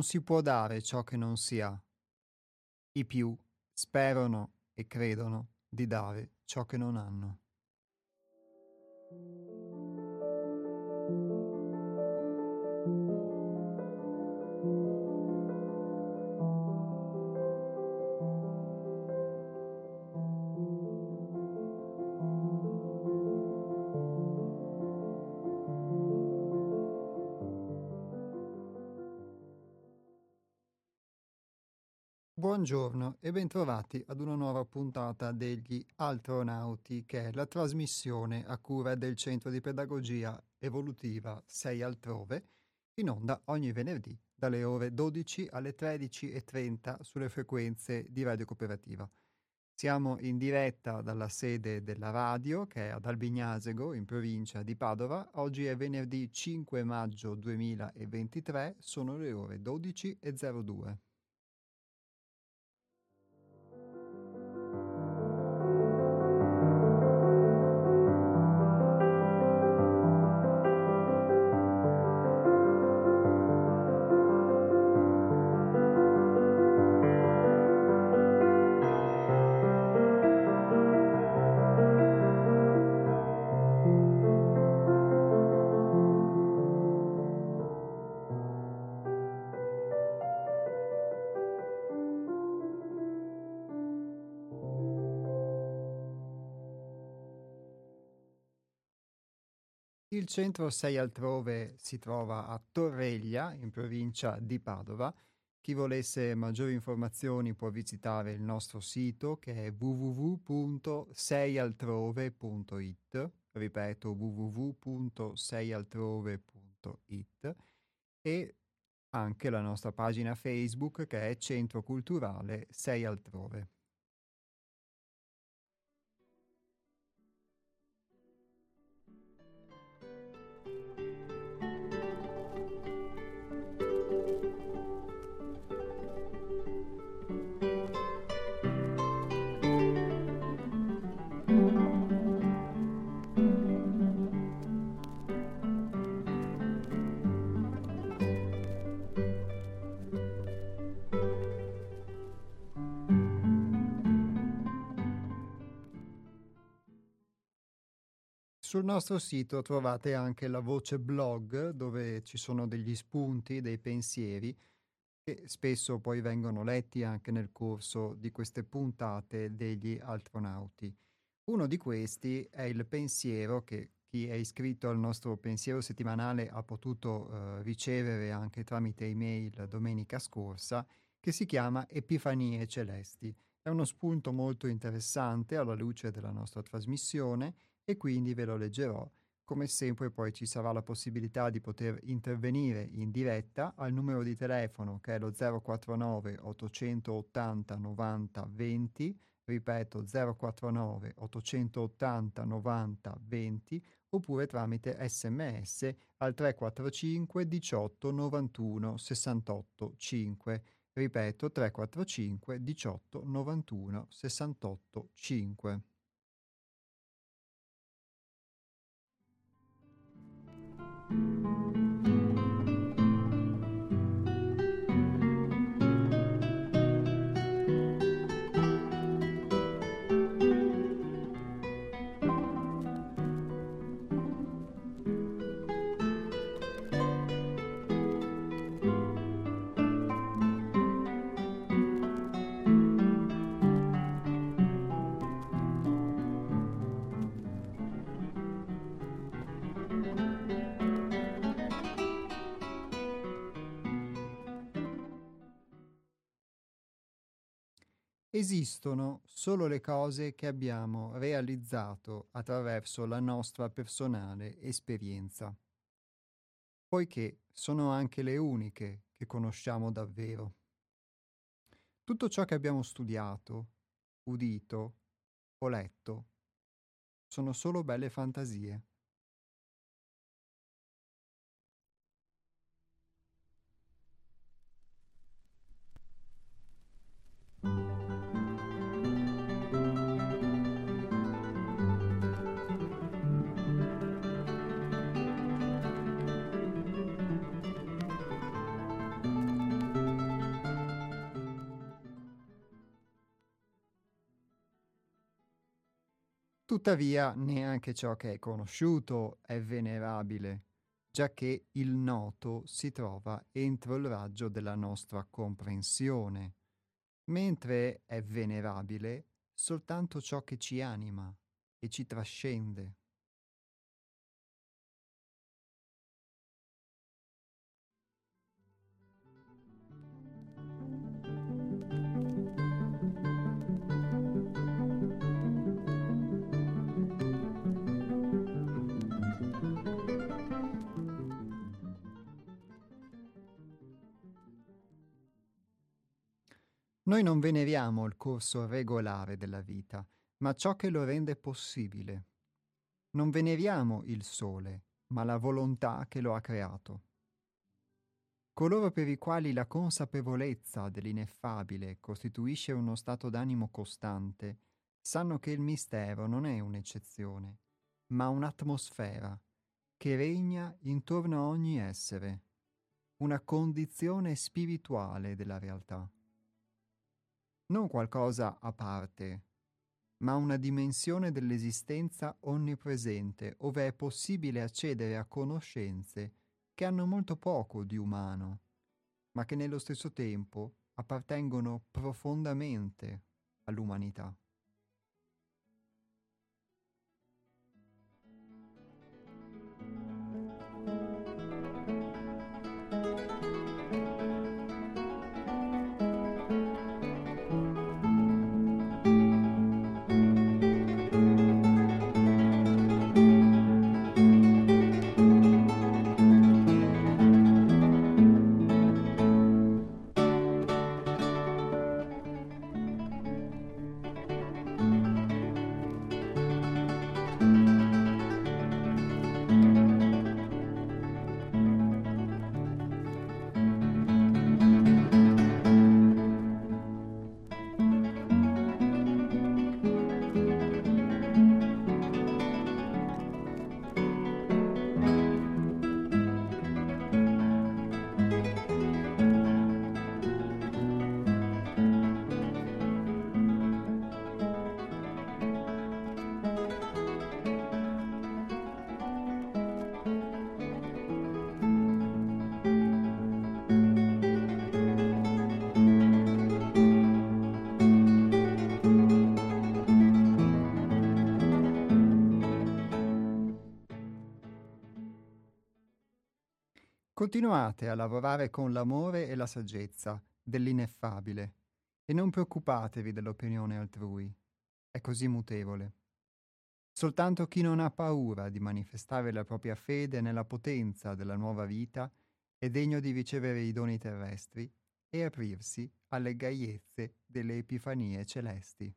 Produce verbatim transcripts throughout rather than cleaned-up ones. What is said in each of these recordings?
Non si può dare ciò che non si ha. I più sperano e credono di dare ciò che non hanno. Buongiorno e bentrovati ad una nuova puntata degli Altronauti, che è la trasmissione a cura del Centro di Pedagogia Evolutiva sei Altrove, in onda ogni venerdì dalle ore dodici alle tredici e trenta sulle frequenze di Radio Cooperativa. Siamo in diretta dalla sede della radio, che è ad Albignasego, in provincia di Padova. Oggi è venerdì cinque maggio duemilaventitré, sono le ore dodici e zero due. Il centro sei Altrove si trova a Torreglia, in provincia di Padova. Chi volesse maggiori informazioni può visitare il nostro sito, che è w w w punto sei altrove punto i t, ripeto w w w punto sei altrove punto i t, e anche la nostra pagina Facebook, che è Centro Culturale sei Altrove. Sul nostro sito trovate anche la voce blog, dove ci sono degli spunti, dei pensieri, che spesso poi vengono letti anche nel corso di queste puntate degli Altronauti. Uno di questi è il pensiero che chi è iscritto al nostro pensiero settimanale ha potuto eh, ricevere anche tramite email domenica scorsa, che si chiama Epifanie Celesti. È uno spunto molto interessante alla luce della nostra trasmissione e quindi ve lo leggerò. Come sempre poi ci sarà la possibilità di poter intervenire in diretta al numero di telefono, che è lo zero quattro nove ottocentottanta novanta venti, ripeto zero quattro nove ottocentottanta novanta venti, oppure tramite sms al tre quattro cinque diciotto novantuno sessantotto cinque, ripeto tre quattro cinque diciotto novantuno sessantotto cinque. Esistono solo le cose che abbiamo realizzato attraverso la nostra personale esperienza, poiché sono anche le uniche che conosciamo davvero. Tutto ciò che abbiamo studiato, udito o letto sono solo belle fantasie. Tuttavia neanche ciò che è conosciuto è venerabile, giacché il noto si trova entro il raggio della nostra comprensione, mentre è venerabile soltanto ciò che ci anima e ci trascende. Noi non veneriamo il corso regolare della vita, ma ciò che lo rende possibile. Non veneriamo il sole, ma la volontà che lo ha creato. Coloro per i quali la consapevolezza dell'ineffabile costituisce uno stato d'animo costante, sanno che il mistero non è un'eccezione, ma un'atmosfera che regna intorno a ogni essere, una condizione spirituale della realtà. Non qualcosa a parte, ma una dimensione dell'esistenza onnipresente, ove è possibile accedere a conoscenze che hanno molto poco di umano, ma che nello stesso tempo appartengono profondamente all'umanità. Continuate a lavorare con l'amore e la saggezza dell'ineffabile e non preoccupatevi dell'opinione altrui. È così mutevole. Soltanto chi non ha paura di manifestare la propria fede nella potenza della nuova vita è degno di ricevere i doni terrestri e aprirsi alle gaiezze delle epifanie celesti.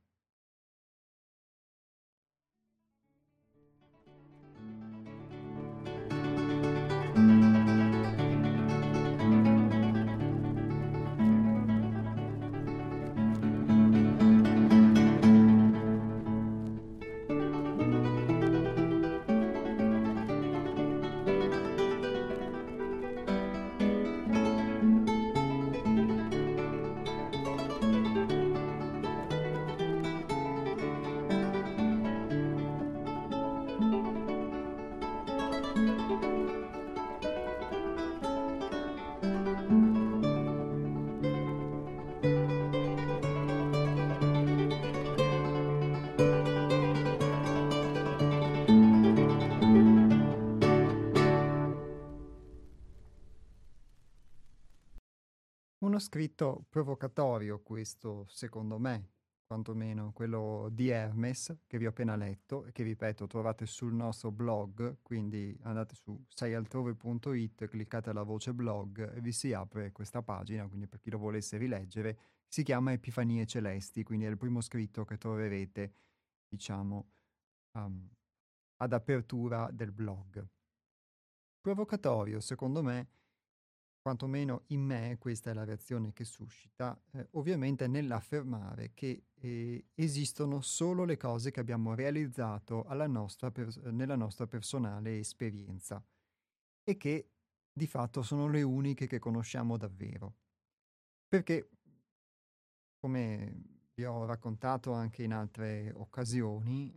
Uno scritto provocatorio questo, secondo me, quantomeno quello di Hermes, che vi ho appena letto e che, ripeto, trovate sul nostro blog, quindi andate su seialtrove punto it, cliccate la voce blog e vi si apre questa pagina, quindi per chi lo volesse rileggere, si chiama Epifanie Celesti, quindi è il primo scritto che troverete, diciamo, um, ad apertura del blog. Provocatorio, secondo me, quantomeno in me questa è la reazione che suscita, eh, ovviamente nell'affermare che eh, esistono solo le cose che abbiamo realizzato alla nostra pers- nella nostra personale esperienza e che di fatto sono le uniche che conosciamo davvero. Perché, come vi ho raccontato anche in altre occasioni,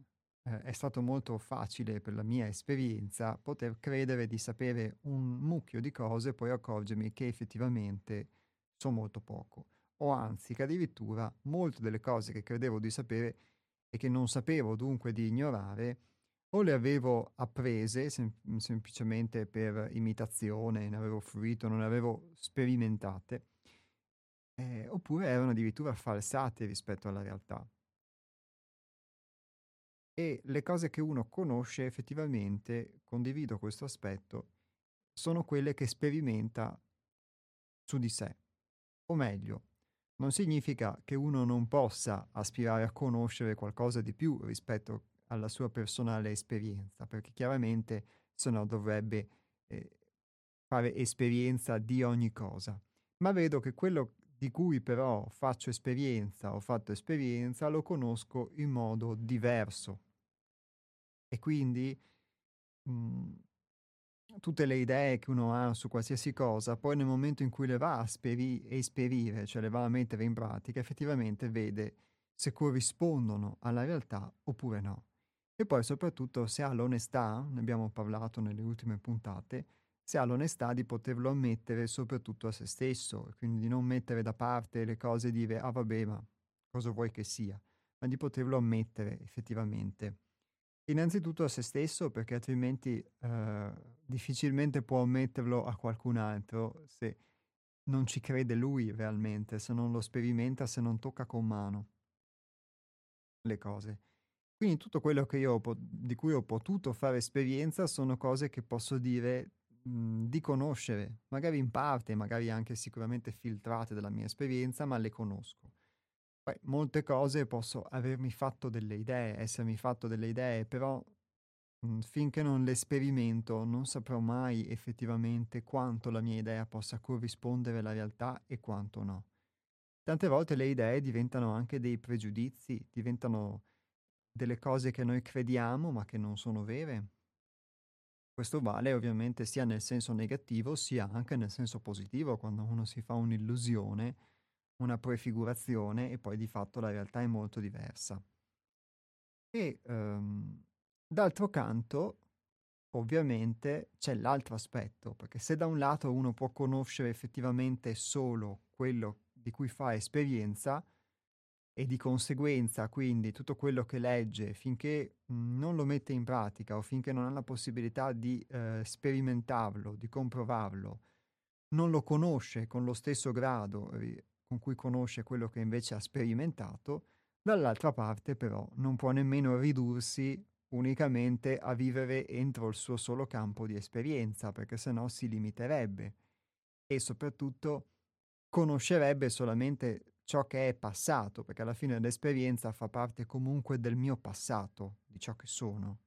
eh, è stato molto facile per la mia esperienza poter credere di sapere un mucchio di cose e poi accorgermi che effettivamente so molto poco. O anzi, che addirittura molte delle cose che credevo di sapere e che non sapevo dunque di ignorare, o le avevo apprese sem- semplicemente per imitazione, ne avevo fruito, non le avevo sperimentate, eh, oppure erano addirittura falsate rispetto alla realtà. E le cose che uno conosce effettivamente, condivido questo aspetto, sono quelle che sperimenta su di sé. O meglio, non significa che uno non possa aspirare a conoscere qualcosa di più rispetto alla sua personale esperienza, perché chiaramente se no dovrebbe eh, fare esperienza di ogni cosa. Ma vedo che quello di cui però faccio esperienza, ho fatto esperienza, lo conosco in modo diverso. E quindi mhmm, tutte le idee che uno ha su qualsiasi cosa, poi nel momento in cui le va a speri esperire, cioè le va a mettere in pratica, effettivamente vede se corrispondono alla realtà oppure no. E poi soprattutto se ha l'onestà, ne abbiamo parlato nelle ultime puntate, se ha l'onestà di poterlo ammettere soprattutto a se stesso, e quindi di non mettere da parte le cose e dire: "Ah vabbè, ma cosa vuoi che sia?" Ma di poterlo ammettere effettivamente. Innanzitutto a se stesso, perché altrimenti, ehm, difficilmente può ammetterlo a qualcun altro se non ci crede lui realmente, se non lo sperimenta, se non tocca con mano le cose. Quindi tutto quello che io ho po di cui ho potuto fare esperienza sono cose che posso dire, mhmm, di conoscere, magari in parte, magari anche sicuramente filtrate dalla mia esperienza, ma le conosco. Poi molte cose posso avermi fatto delle idee, essermi fatto delle idee, però Mhmm, finché non le sperimento non saprò mai effettivamente quanto la mia idea possa corrispondere alla realtà e quanto no. Tante volte le idee diventano anche dei pregiudizi, diventano delle cose che noi crediamo ma che non sono vere. Questo vale ovviamente sia nel senso negativo sia anche nel senso positivo, quando uno si fa un'illusione, una prefigurazione e poi di fatto la realtà è molto diversa. E, uhm, d'altro canto ovviamente c'è l'altro aspetto, perché se da un lato uno può conoscere effettivamente solo quello di cui fa esperienza e di conseguenza quindi tutto quello che legge finché mh, non lo mette in pratica o finché non ha la possibilità di eh, sperimentarlo, di comprovarlo, non lo conosce con lo stesso grado eh, con cui conosce quello che invece ha sperimentato, dall'altra parte però non può nemmeno ridursi unicamente a vivere entro il suo solo campo di esperienza, perché sennò si limiterebbe e soprattutto conoscerebbe solamente ciò che è passato, perché alla fine l'esperienza fa parte comunque del mio passato, di ciò che sono.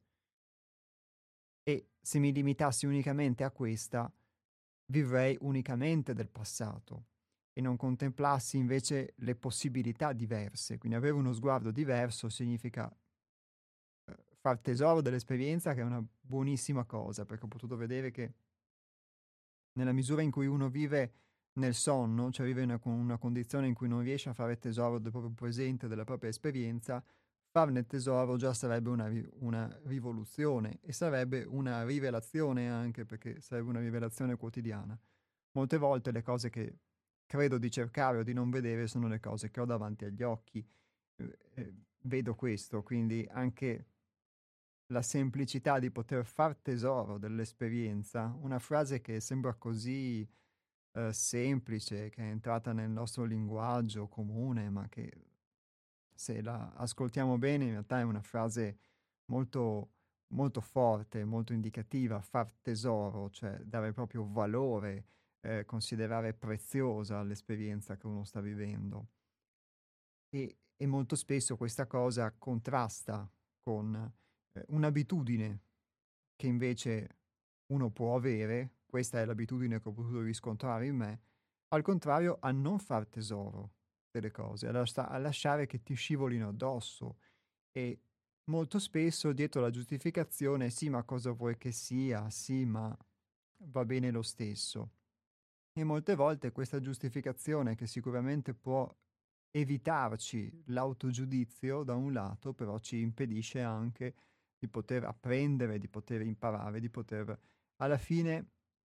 E se mi limitassi unicamente a questa, vivrei unicamente del passato e non contemplassi invece le possibilità diverse. Quindi avere uno sguardo diverso significa eh, far tesoro dell'esperienza, che è una buonissima cosa, perché ho potuto vedere che nella misura in cui uno vive nel sonno, cioè vive in una, con una condizione in cui non riesce a fare tesoro del proprio presente, della propria esperienza, farne tesoro già sarebbe una, ri- una rivoluzione e sarebbe una rivelazione anche, perché sarebbe una rivelazione quotidiana. Molte volte le cose che credo di cercare o di non vedere sono le cose che ho davanti agli occhi. Eh, eh, vedo questo, quindi anche la semplicità di poter far tesoro dell'esperienza, una frase che sembra così eh, semplice, che è entrata nel nostro linguaggio comune, ma che se la ascoltiamo bene in realtà è una frase molto, molto forte, molto indicativa, far tesoro, cioè dare proprio valore, eh, considerare preziosa l'esperienza che uno sta vivendo. E, e molto spesso questa cosa contrasta con eh, un'abitudine che invece uno può avere, questa è l'abitudine che ho potuto riscontrare in me, al contrario a non far tesoro delle cose, a, lascia- a lasciare che ti scivolino addosso e molto spesso dietro la giustificazione sì ma cosa vuoi che sia, sì ma va bene lo stesso. E molte volte questa giustificazione che sicuramente può evitarci l'autogiudizio da un lato, però ci impedisce anche di poter apprendere, di poter imparare, di poter alla fine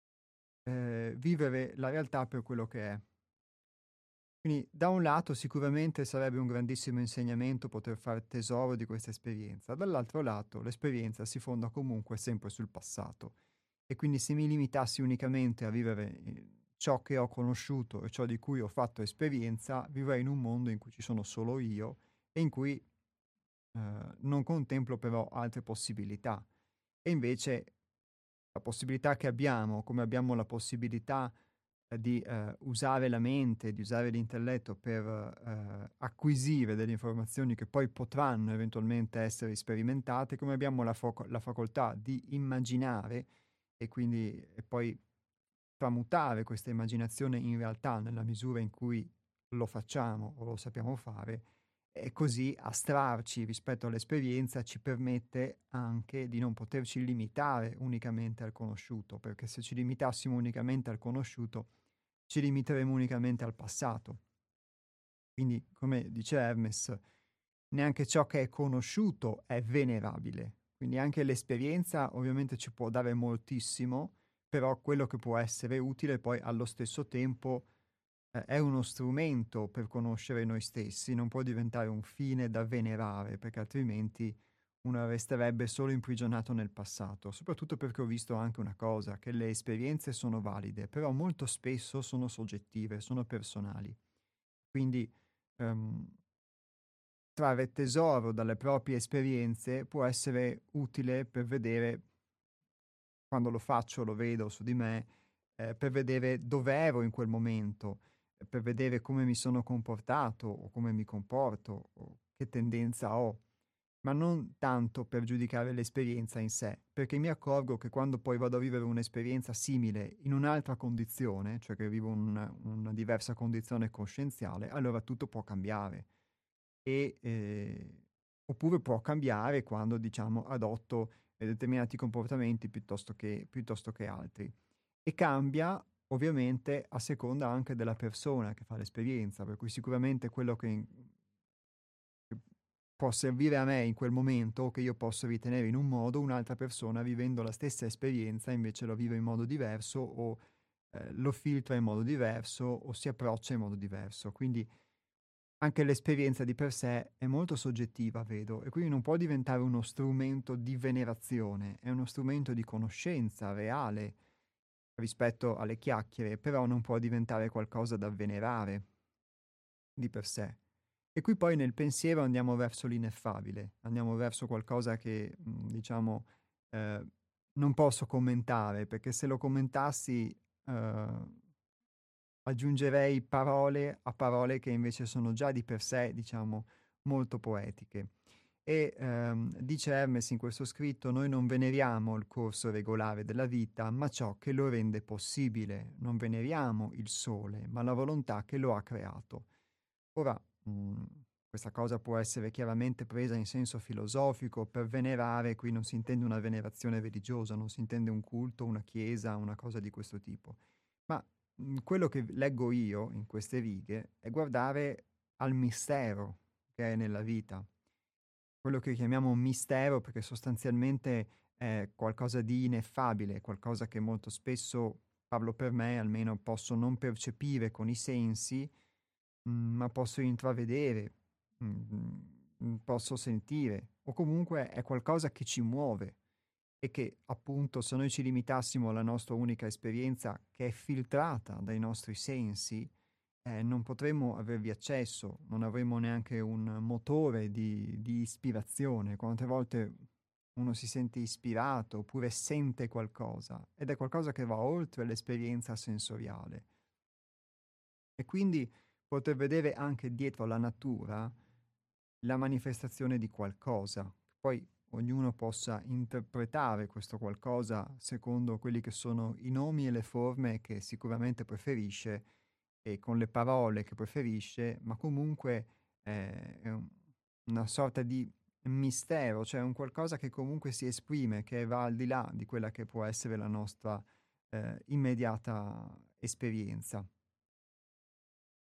ehm, vivere la realtà per quello che è. Quindi da un lato sicuramente sarebbe un grandissimo insegnamento poter fare tesoro di questa esperienza, dall'altro lato l'esperienza si fonda comunque sempre sul passato e quindi se mi limitassi unicamente a vivere eh, ciò che ho conosciuto e ciò di cui ho fatto esperienza, vivrei in un mondo in cui ci sono solo io e in cui eh, non contemplo però altre possibilità. E invece la possibilità che abbiamo, come abbiamo la possibilità eh, di eh, usare la mente, di usare l'intelletto per eh, acquisire delle informazioni che poi potranno eventualmente essere sperimentate, come abbiamo la, foco- la facoltà di immaginare e quindi e poi tramutare questa immaginazione in realtà nella misura in cui lo facciamo o lo sappiamo fare, e così astrarci rispetto all'esperienza ci permette anche di non poterci limitare unicamente al conosciuto, perché se ci limitassimo unicamente al conosciuto, ci limiteremo unicamente al passato. Quindi, come dice Hermes, neanche ciò che è conosciuto è venerabile. Quindi anche l'esperienza ovviamente ci può dare moltissimo, però quello che può essere utile poi allo stesso tempo eh, è uno strumento per conoscere noi stessi, non può diventare un fine da venerare, perché altrimenti uno resterebbe solo imprigionato nel passato. Soprattutto perché ho visto anche una cosa, che le esperienze sono valide, però molto spesso sono soggettive, sono personali. Quindi ehm, trarre tesoro dalle proprie esperienze può essere utile per vedere, quando lo faccio, lo vedo su di me, ehm, per vedere dove ero in quel momento, eh, per vedere come mi sono comportato o come mi comporto o che tendenza ho, ma non tanto per giudicare l'esperienza in sé, perché mi accorgo che quando poi vado a vivere un'esperienza simile in un'altra condizione, cioè che vivo un una diversa condizione coscienziale, allora tutto può cambiare. E, ehm, oppure può cambiare quando, diciamo, adotto, ehm, determinati comportamenti piuttosto che piuttosto che altri. E cambia ovviamente a seconda anche della persona che fa l'esperienza, per cui sicuramente quello che in che può servire a me in quel momento, o che io posso ritenere in un modo, un'altra persona vivendo la stessa esperienza invece lo vive in modo diverso o, ehm, lo filtra in modo diverso o si approccia in modo diverso. Quindi anche l'esperienza di per sé è molto soggettiva, vedo, e quindi non può diventare uno strumento di venerazione, è uno strumento di conoscenza reale rispetto alle chiacchiere, però non può diventare qualcosa da venerare di per sé. E qui poi nel pensiero andiamo verso l'ineffabile, andiamo verso qualcosa che, mhmm, diciamo, ehm, non posso commentare, perché se lo commentassi, uhm aggiungerei parole a parole che invece sono già di per sé, diciamo, molto poetiche. E ehm, dice Hermes in questo scritto: noi non veneriamo il corso regolare della vita, ma ciò che lo rende possibile. Non veneriamo il sole, ma la volontà che lo ha creato. Ora, mhmm, questa cosa può essere chiaramente presa in senso filosofico. Per venerare qui non si intende una venerazione religiosa, non si intende un culto, una chiesa, una cosa di questo tipo. Ma, mhmm, quello che v leggo io in queste righe è guardare al mistero che è nella vita. Quello che chiamiamo un mistero, perché sostanzialmente è qualcosa di ineffabile, qualcosa che molto spesso, parlo per me almeno, posso non percepire con i sensi, mhmm, ma posso intravedere, mhmm, mhmm, posso sentire, o comunque è qualcosa che ci muove e che, appunto, se noi ci limitassimo alla nostra unica esperienza, che è filtrata dai nostri sensi, eh, non potremmo avervi accesso, non avremmo neanche un motore di di ispirazione. Quante volte uno si sente ispirato, oppure sente qualcosa, ed è qualcosa che va oltre l'esperienza sensoriale. E quindi poter vedere anche dietro la natura la manifestazione di qualcosa. Poi ognuno possa interpretare questo qualcosa secondo quelli che sono i nomi e le forme che sicuramente preferisce e con le parole che preferisce, ma comunque eh, è un- una sorta di mistero, cioè un qualcosa che comunque si esprime, che va al di là di quella che può essere la nostra eh, immediata esperienza.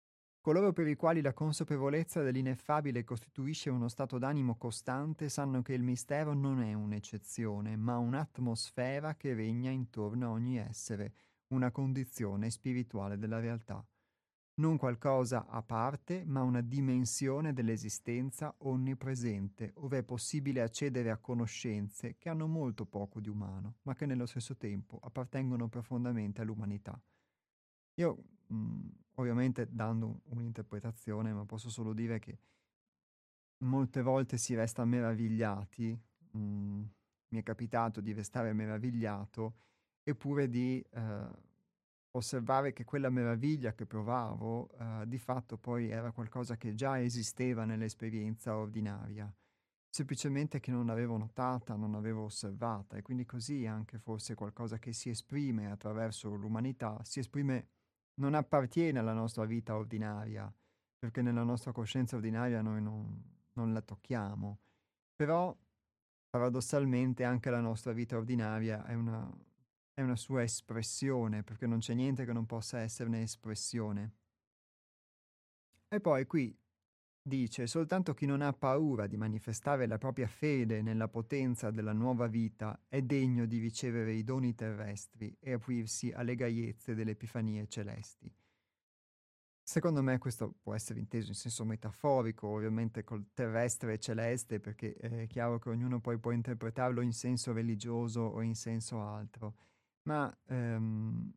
Coloro per i quali la consapevolezza dell'ineffabile costituisce uno stato d'animo costante sanno che il mistero non è un'eccezione, ma un'atmosfera che regna intorno a ogni essere, una condizione spirituale della realtà. Non qualcosa a parte, ma una dimensione dell'esistenza onnipresente, ove è possibile accedere a conoscenze che hanno molto poco di umano, ma che nello stesso tempo appartengono profondamente all'umanità. Io, mhmm, ovviamente dando un'interpretazione, ma posso solo dire che molte volte si resta meravigliati, mhmm, mi è capitato di restare meravigliato, eppure di, ehm, osservare che quella meraviglia che provavo, ehm, di fatto poi era qualcosa che già esisteva nell'esperienza ordinaria, semplicemente che non l'avevo notata, non l'avevo osservata e quindi così anche forse qualcosa che si esprime attraverso l'umanità, si esprime non appartiene alla nostra vita ordinaria, perché nella nostra coscienza ordinaria noi non non la tocchiamo. Però paradossalmente anche la nostra vita ordinaria è una è una sua espressione, perché non c'è niente che non possa esserne espressione. E poi qui dice: "Soltanto chi non ha paura di manifestare la propria fede nella potenza della nuova vita è degno di ricevere i doni terrestri e aprirsi alle gaiezze delle epifanie celesti." Secondo me questo può essere inteso in senso metaforico, ovviamente col terrestre e celeste, perché è chiaro che ognuno poi può interpretarlo in senso religioso o in senso altro. Ma ehm,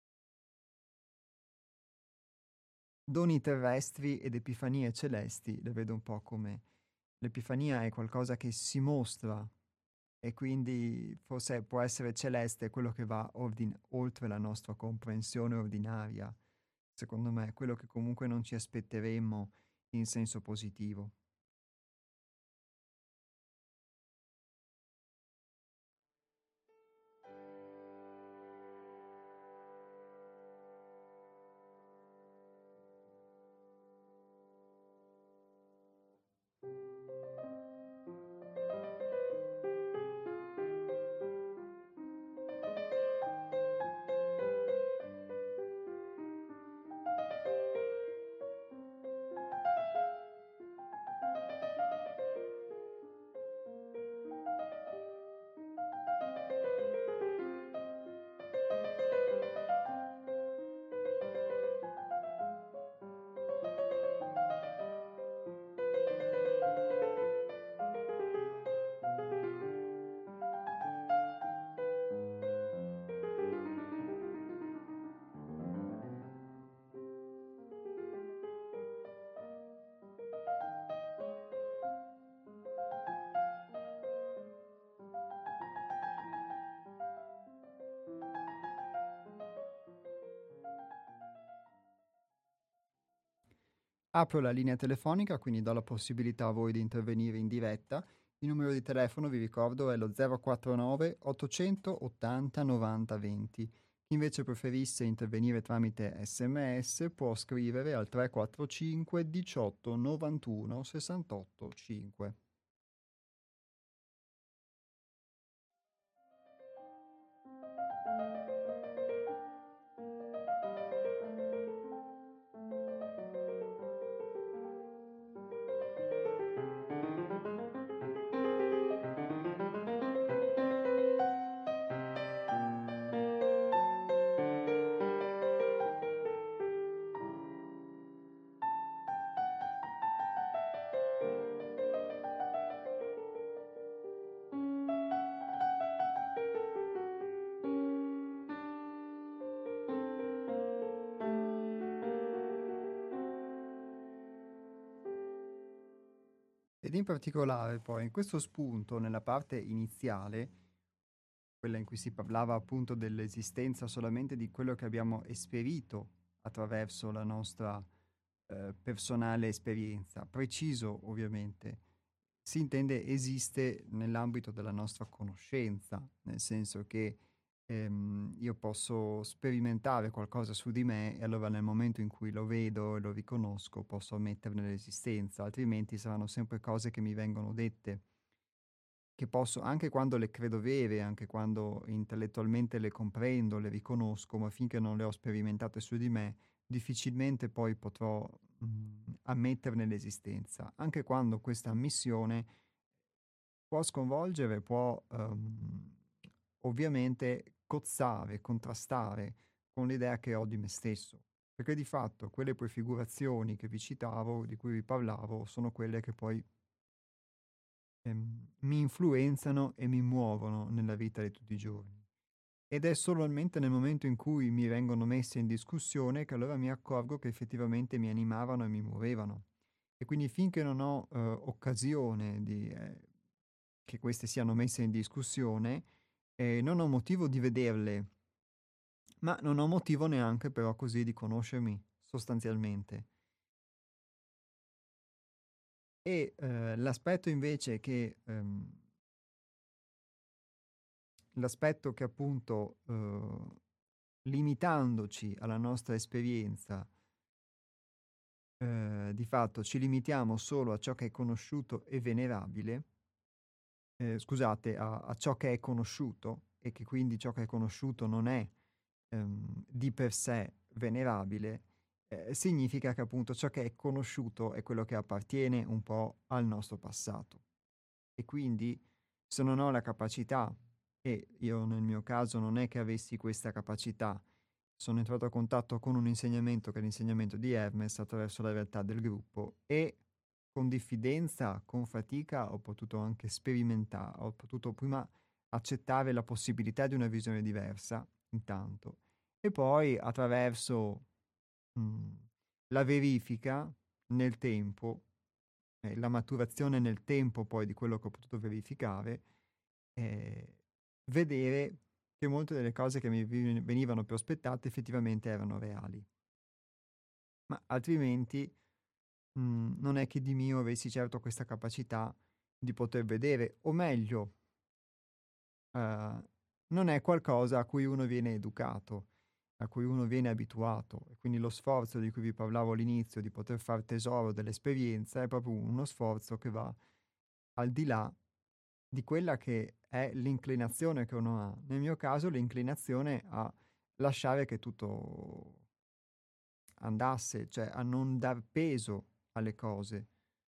doni terrestri ed epifanie celesti le vedo un po' come l'epifania è qualcosa che si mostra e quindi forse può essere celeste quello che va ordin- oltre la nostra comprensione ordinaria. Secondo me è quello che comunque non ci aspetteremmo in senso positivo. Apro la linea telefonica, quindi do la possibilità a voi di intervenire in diretta. Il numero di telefono, vi ricordo, è lo zero quattro nove ottocentottanta novanta venti. Chi invece preferisse intervenire tramite sms può scrivere al tre quattro cinque diciotto novantuno sessantotto cinque. Ed in particolare poi in questo spunto, nella parte iniziale, quella in cui si parlava appunto dell'esistenza solamente di quello che abbiamo esperito attraverso la nostra eh, personale esperienza, preciso ovviamente, si intende esiste nell'ambito della nostra conoscenza, nel senso che ehm, io posso sperimentare qualcosa su di me e allora nel momento in cui lo vedo e lo riconosco posso ammetterne l'esistenza, altrimenti saranno sempre cose che mi vengono dette che posso anche quando le credo vere, anche quando intellettualmente le comprendo, le riconosco, ma finché non le ho sperimentate su di me, difficilmente poi potrò, mhmm, ammetterne l'esistenza, anche quando questa ammissione può sconvolgere, può, uhm, ovviamente cozzare, contrastare con l'idea che ho di me stesso. Perché di fatto quelle prefigurazioni che vi citavo, di cui vi parlavo, sono quelle che poi, ehm, mi influenzano e mi muovono nella vita di tutti i giorni. Ed è solamente nel momento in cui mi vengono messe in discussione che allora mi accorgo che effettivamente mi animavano e mi muovevano. E quindi finché non ho, uhm, occasione di ehm, che queste siano messe in discussione, ehm, non ho motivo di vederle, ma non ho motivo neanche però così di conoscermi, sostanzialmente. E, uhm, l'aspetto invece che ehm, l'aspetto che appunto, uhm, limitandoci alla nostra esperienza, ehm, di fatto ci limitiamo solo a ciò che è conosciuto e venerabile, ehm, scusate, a a ciò che è conosciuto e che quindi ciò che è conosciuto non è, ehm, di per sé venerabile, ehm, significa che appunto ciò che è conosciuto è quello che appartiene un po' al nostro passato. E quindi se non ho la capacità, e io nel mio caso non è che avessi questa capacità, sono entrato a contatto con un insegnamento che è l'insegnamento di Hermes attraverso la realtà del gruppo e con diffidenza, con fatica ho potuto anche sperimentare, ho potuto prima accettare la possibilità di una visione diversa, intanto, e poi attraverso mm, la verifica nel tempo, eh, la maturazione nel tempo poi di quello che ho potuto verificare, eh, vedere che molte delle cose che mi vi- venivano prospettate effettivamente erano reali. Ma altrimenti, mhmm, non è che di mio avessi certo questa capacità di poter vedere, o meglio, ehm, non è qualcosa a cui uno viene educato, a cui uno viene abituato e quindi lo sforzo di cui vi parlavo all'inizio, di poter far tesoro dell'esperienza, è proprio uno sforzo che va al di là di quella che è l'inclinazione che uno ha. Nel mio caso l'inclinazione a lasciare che tutto andasse, cioè a non dar peso alle cose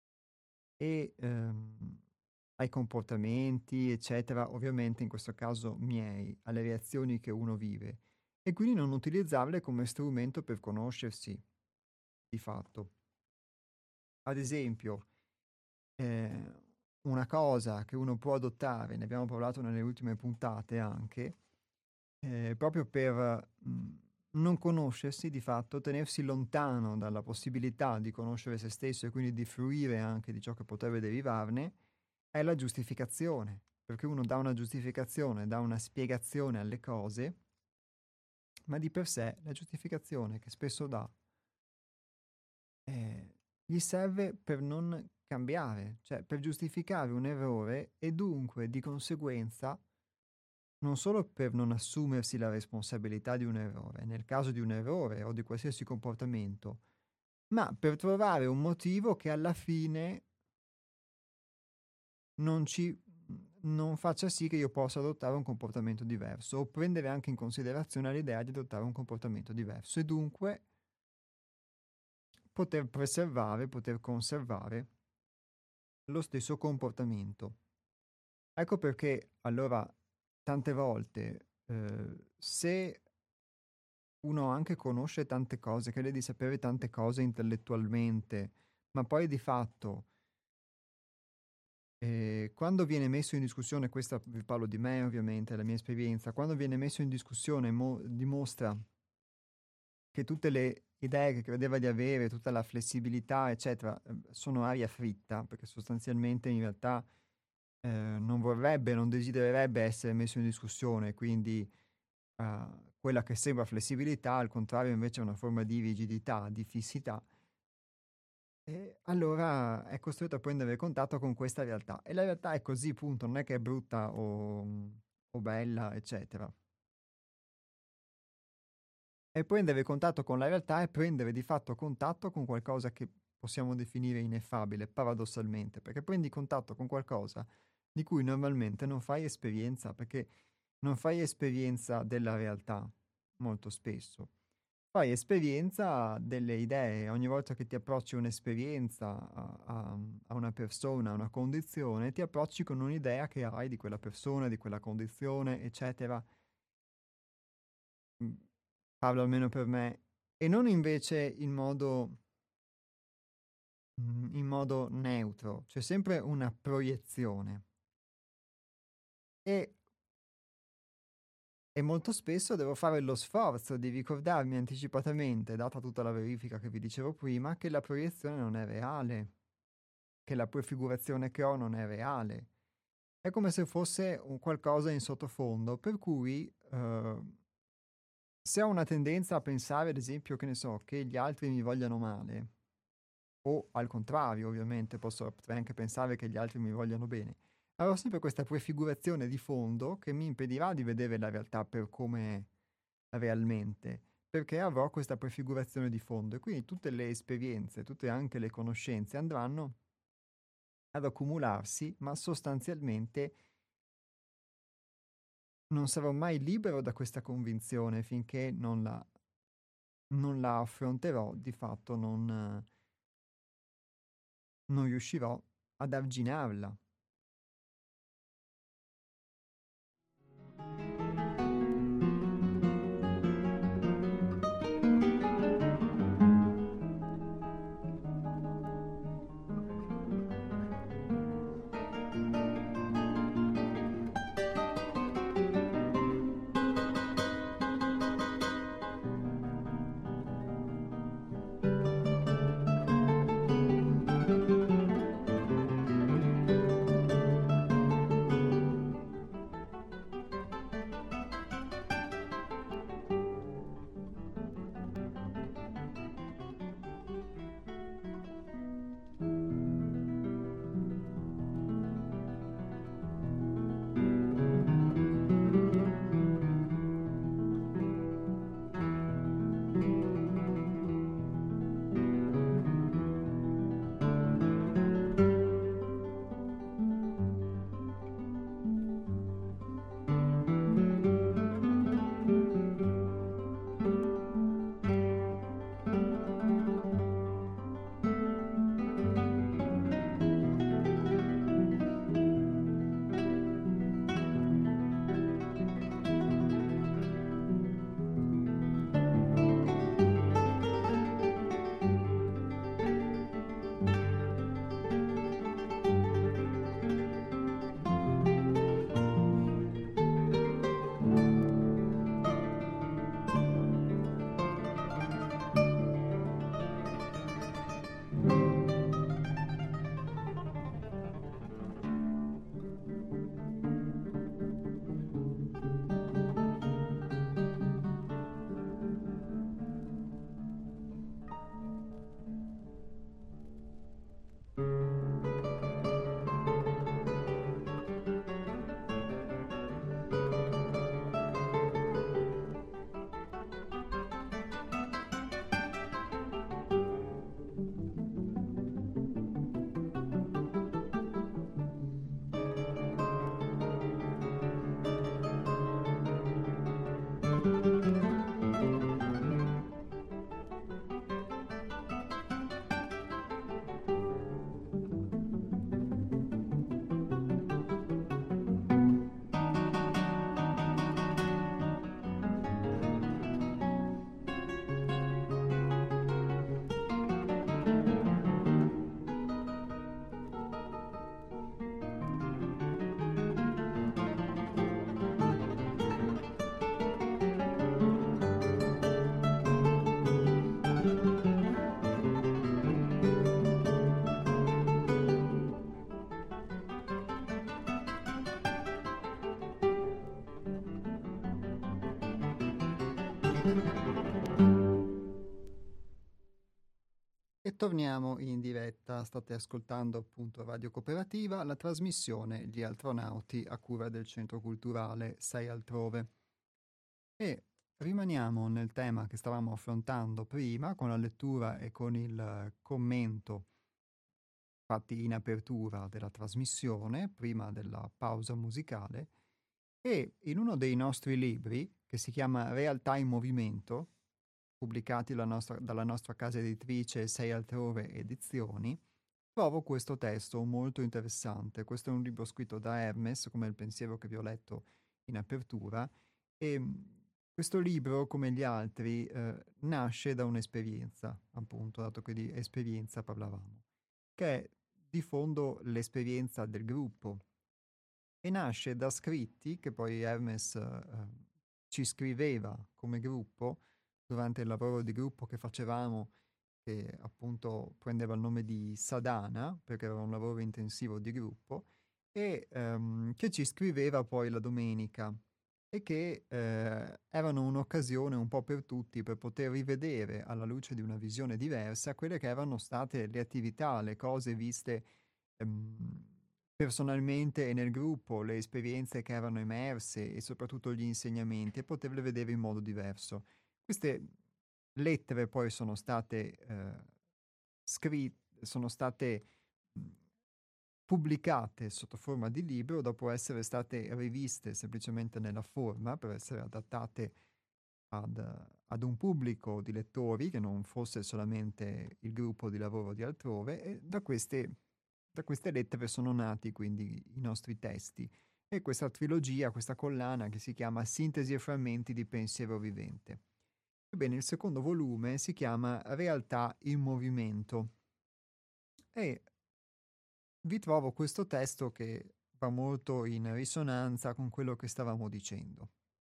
e, ehm, ai comportamenti, eccetera, ovviamente in questo caso miei, alle reazioni che uno vive e quindi non utilizzarle come strumento per conoscersi, di fatto. Ad esempio, ehm, una cosa che uno può adottare, ne abbiamo parlato nelle ultime puntate anche, ehm, proprio per, mhmm, non conoscersi di fatto, tenersi lontano dalla possibilità di conoscere se stesso e quindi di fruire anche di ciò che potrebbe derivarne, è la giustificazione. Perché uno dà una giustificazione, dà una spiegazione alle cose, ma di per sé la giustificazione che spesso dà, ehm, gli serve per non cambiare, cioè per giustificare un errore e dunque di conseguenza non solo per non assumersi la responsabilità di un errore, nel caso di un errore o di qualsiasi comportamento, ma per trovare un motivo che alla fine non ci mhmm, non faccia sì che io possa adottare un comportamento diverso o prendere anche in considerazione l'idea di adottare un comportamento diverso e dunque poter preservare, poter conservare lo stesso comportamento. Ecco perché allora tante volte, ehm, se uno anche conosce tante cose, crede di sapere tante cose intellettualmente, ma poi di fatto, ehm, quando viene messo in discussione, questa vi parlo di me ovviamente, la mia esperienza, quando viene messo in discussione mo dimostra che tutte le idee che credeva di avere, tutta la flessibilità eccetera, ehm, sono aria fritta, perché sostanzialmente in realtà, ehm, non vorrebbe, non desidererebbe essere messo in discussione, quindi uhm, quella che sembra flessibilità, al contrario invece è una forma di rigidità, di fissità, e allora è costretto a prendere contatto con questa realtà. E la realtà è così, punto, non è che è brutta o mhmm, o bella, eccetera. E prendere contatto con la realtà è prendere di fatto contatto con qualcosa che possiamo definire ineffabile, paradossalmente, perché prendi contatto con qualcosa di cui normalmente non fai esperienza, perché non fai esperienza della realtà molto spesso. Fai esperienza delle idee. Ogni volta che ti approcci un'esperienza a a a una persona, a una condizione, ti approcci con un'idea che hai di quella persona, di quella condizione, eccetera. Mhmm, Parlo almeno per me, e non invece in modo mhmm, in modo neutro, c'è sempre una proiezione. E e molto spesso devo fare lo sforzo di ricordarmi anticipatamente, data tutta la verifica che vi dicevo prima, che la proiezione non è reale, che la prefigurazione che ho non è reale. È come se fosse un qualcosa in sottofondo, per cui, uhm, se ho una tendenza a pensare, ad esempio, che ne so, che gli altri mi vogliano male, o al contrario ovviamente posso potrei anche pensare che gli altri mi vogliano bene, avrò sempre questa prefigurazione di fondo che mi impedirà di vedere la realtà per come è realmente, perché avrò questa prefigurazione di fondo, e quindi tutte le esperienze, tutte anche le conoscenze andranno ad accumularsi, ma sostanzialmente non sarò mai libero da questa convinzione finché non la non la affronterò, di fatto non eh, non riuscirò ad arginarla. E torniamo in diretta. State ascoltando appunto Radio Cooperativa, la trasmissione Gli Altronauti a cura del Centro Culturale Sei Altrove. E rimaniamo nel tema che stavamo affrontando prima con la lettura e con il eh, commento fatti in apertura della trasmissione, prima della pausa musicale, e in uno dei nostri libri, che si chiama Realtà in Movimento, pubblicati la nostra- dalla nostra casa editrice Sei Altrove Edizioni, trovo questo testo molto interessante. Questo è un libro scritto da Hermes, come il pensiero che vi ho letto in apertura, e mh, questo libro, come gli altri, eh, nasce da un'esperienza, appunto, dato che di esperienza parlavamo, che è di fondo l'esperienza del gruppo e nasce da scritti che poi Hermes eh, ci scriveva come gruppo durante il lavoro di gruppo che facevamo, che appunto prendeva il nome di Sadhana, perché era un lavoro intensivo di gruppo, e ehm, che ci scriveva poi la domenica e che eh, erano un'occasione un po' per tutti per poter rivedere alla luce di una visione diversa quelle che erano state le attività, le cose viste ehm, personalmente e nel gruppo, le esperienze che erano emerse e soprattutto gli insegnamenti e poterle vedere in modo diverso. Queste lettere poi sono state eh, scritte, sono state mh, pubblicate sotto forma di libro dopo essere state riviste semplicemente nella forma per essere adattate ad, ad un pubblico di lettori che non fosse solamente il gruppo di lavoro di altrove e da queste, da queste lettere sono nati quindi i nostri testi e questa trilogia, questa collana che si chiama Sintesi e frammenti di pensiero vivente. Ebbene, il secondo volume si chiama Realtà in movimento e vi trovo questo testo che va molto in risonanza con quello che stavamo dicendo.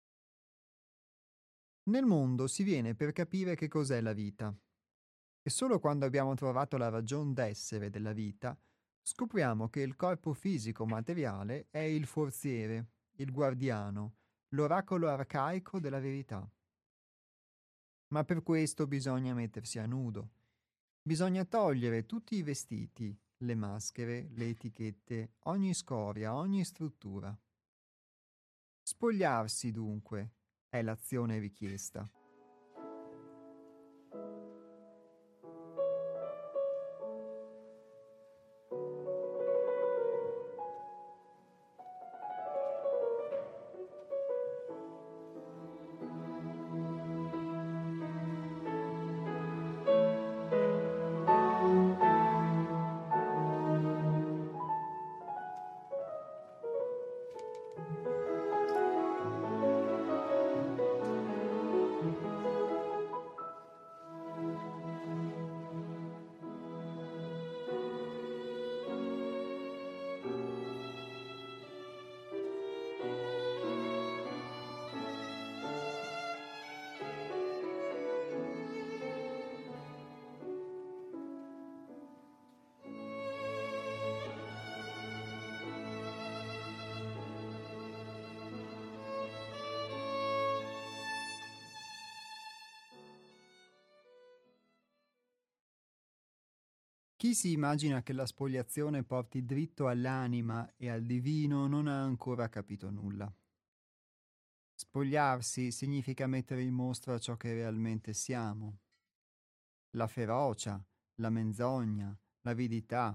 Nel mondo si viene per capire che cos'è la vita e solo quando abbiamo trovato la ragion d'essere della vita scopriamo che il corpo fisico materiale è il forziere, il guardiano, l'oracolo arcaico della verità. Ma per questo bisogna mettersi a nudo. Bisogna togliere tutti i vestiti, le maschere, le etichette, ogni scoria, ogni struttura. Spogliarsi, dunque, è l'azione richiesta. Chi si immagina che la spoliazione porti dritto all'anima e al divino non ha ancora capito nulla. Spogliarsi significa mettere in mostra ciò che realmente siamo. La ferocia, la menzogna, l'avidità,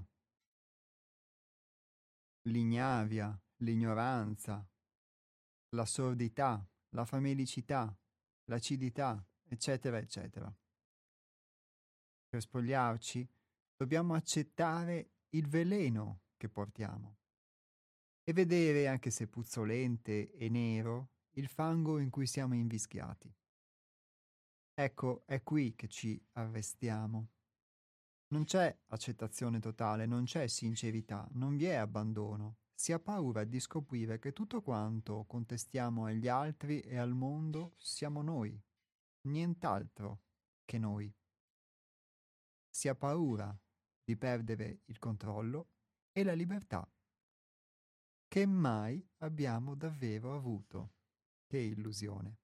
l'ignavia, l'ignoranza, la sordità, la famelicità, l'acidità, eccetera, eccetera. Per spogliarci dobbiamo accettare il veleno che portiamo e vedere, anche se puzzolente e nero, il fango in cui siamo invischiati. Ecco, è qui che ci arrestiamo. Non c'è accettazione totale, non c'è sincerità, non vi è abbandono. Si ha paura di scoprire che tutto quanto contestiamo agli altri e al mondo siamo noi, nient'altro che noi. Si ha paura di perdere il controllo e la libertà, che mai abbiamo davvero avuto. Che illusione.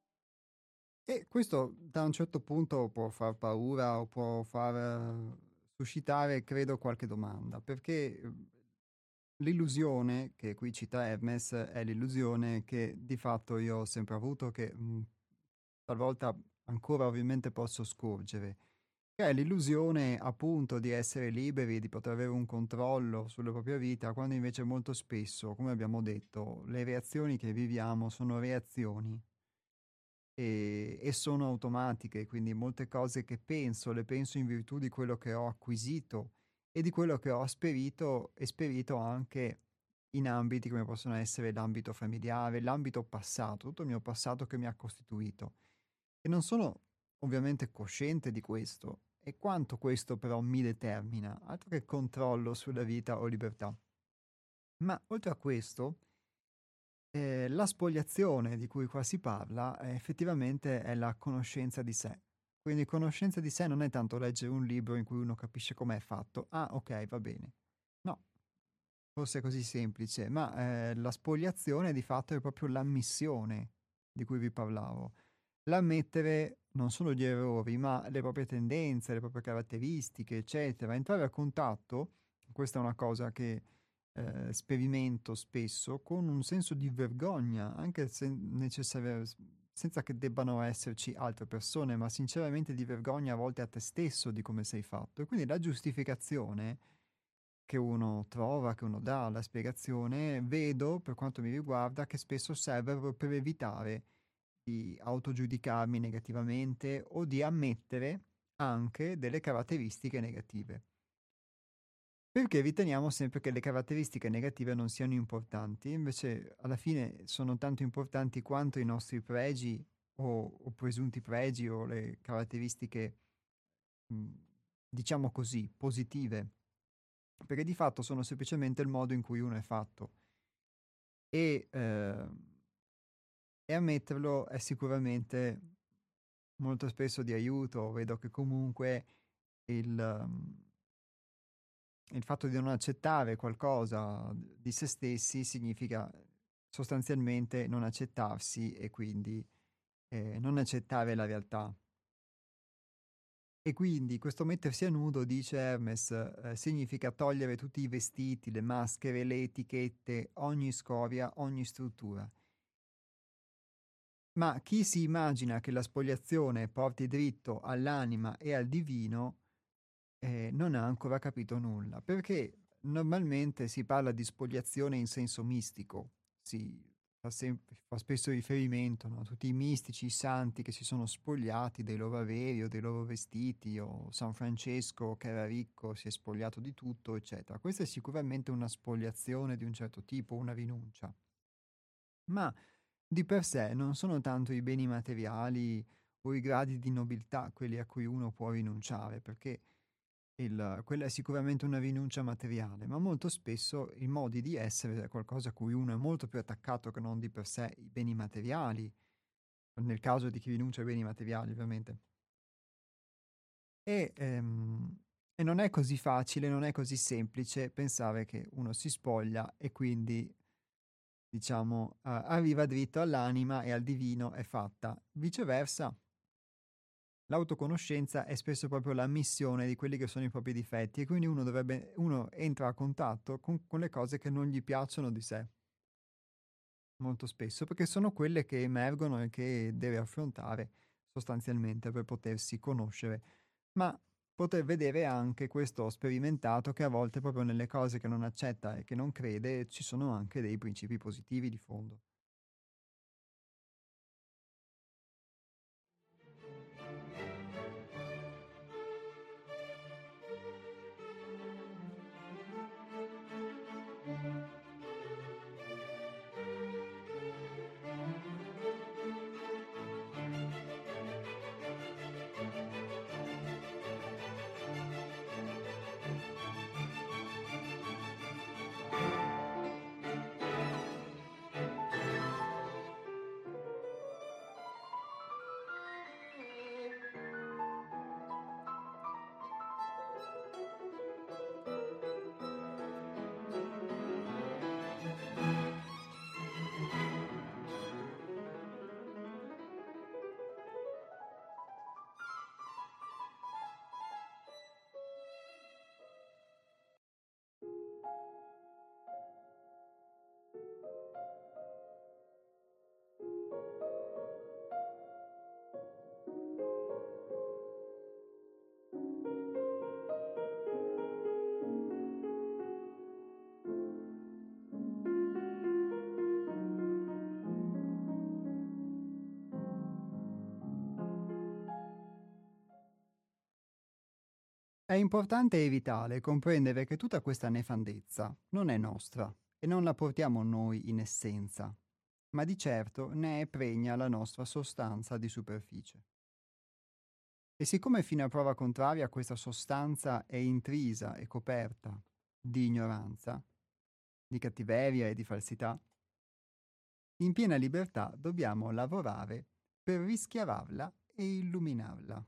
E questo da un certo punto può far paura o può far eh, suscitare, credo, qualche domanda, perché uhm, l'illusione che qui cita Hermes è l'illusione che di fatto io ho sempre avuto, che mh, talvolta ancora ovviamente posso scorgere, che è l'illusione appunto di essere liberi, di poter avere un controllo sulla propria vita, quando invece molto spesso, come abbiamo detto, le reazioni che viviamo sono reazioni e, e sono automatiche, quindi molte cose che penso, le penso in virtù di quello che ho acquisito e di quello che ho esperito, esperito anche in ambiti come possono essere l'ambito familiare, l'ambito passato, tutto il mio passato che mi ha costituito. E non sono ovviamente cosciente di questo. E quanto questo però mi determina, altro che controllo sulla vita o libertà. Ma oltre a questo, Ehm, la spogliazione di cui qua si parla, ehm, effettivamente è la conoscenza di sé. Quindi conoscenza di sé non è tanto leggere un libro in cui uno capisce com'è fatto: "Ah, okay, va bene." No, forse è così semplice, ma, ehm, la spoliazione di fatto è proprio l'ammissione di cui vi parlavo. L'ammettere non solo gli errori, ma le proprie tendenze, le proprie caratteristiche, eccetera. Entrare a contatto, questa è una cosa che ehm, sperimento spesso, con un senso di vergogna, anche se necessaria s senza che debbano esserci altre persone, ma sinceramente di vergogna a volte a te stesso di come sei fatto. E quindi la giustificazione che uno trova, che uno dà alla spiegazione, vedo, per quanto mi riguarda, che spesso serve proprio per evitare di autogiudicarmi negativamente o di ammettere anche delle caratteristiche negative. Perché riteniamo sempre che le caratteristiche negative non siano importanti, invece alla fine sono tanto importanti quanto i nostri pregi o, o presunti pregi o le caratteristiche, mh, diciamo così, positive, perché di fatto sono semplicemente il modo in cui uno è fatto e, eh, e ammetterlo è sicuramente molto spesso di aiuto. Vedo che comunque il, um, il fatto di non accettare qualcosa di se stessi significa sostanzialmente non accettarsi e quindi, ehm, non accettare la realtà. E quindi questo mettersi a nudo, dice Hermes, ehm, significa togliere tutti i vestiti, le maschere, le etichette, ogni scoria, ogni struttura. Ma chi si immagina che la spoliazione porti dritto all'anima e al divino, ehm, non ha ancora capito nulla, perché normalmente si parla di spoliazione in senso mistico, si fa sem fa spesso riferimento, no, a tutti i mistici, i santi che si sono spogliati dei loro averi o dei loro vestiti, o San Francesco che era ricco, si è spogliato di tutto, eccetera. Questa è sicuramente una spoliazione di un certo tipo, una rinuncia. Ma di per sé non sono tanto i beni materiali o i gradi di nobiltà quelli a cui uno può rinunciare, perché il quella è sicuramente una rinuncia materiale, ma molto spesso i modi di essere è qualcosa a cui uno è molto più attaccato che non di per sé i beni materiali, nel caso di chi rinuncia ai beni materiali ovviamente. E, ehm, e non è così facile, non è così semplice pensare che uno si spoglia e quindi, diciamo, a arriva dritto all'anima e al divino è fatta. Viceversa, l'autoconoscenza è spesso proprio l'ammissione di quelli che sono i propri difetti e quindi uno dovrebbe uno entra a contatto con con le cose che non gli piacciono di sé, molto spesso, perché sono quelle che emergono e che deve affrontare sostanzialmente per potersi conoscere. Ma poter vedere anche questo ho sperimentato che a volte proprio nelle cose che non accetta e che non crede ci sono anche dei principi positivi di fondo. È importante e vitale comprendere che tutta questa nefandezza non è nostra e non la portiamo noi in essenza, ma di certo ne è pregna la nostra sostanza di superficie. E siccome fino a prova contraria questa sostanza è intrisa e coperta di ignoranza, di cattiveria e di falsità, in piena libertà dobbiamo lavorare per rischiararla e illuminarla.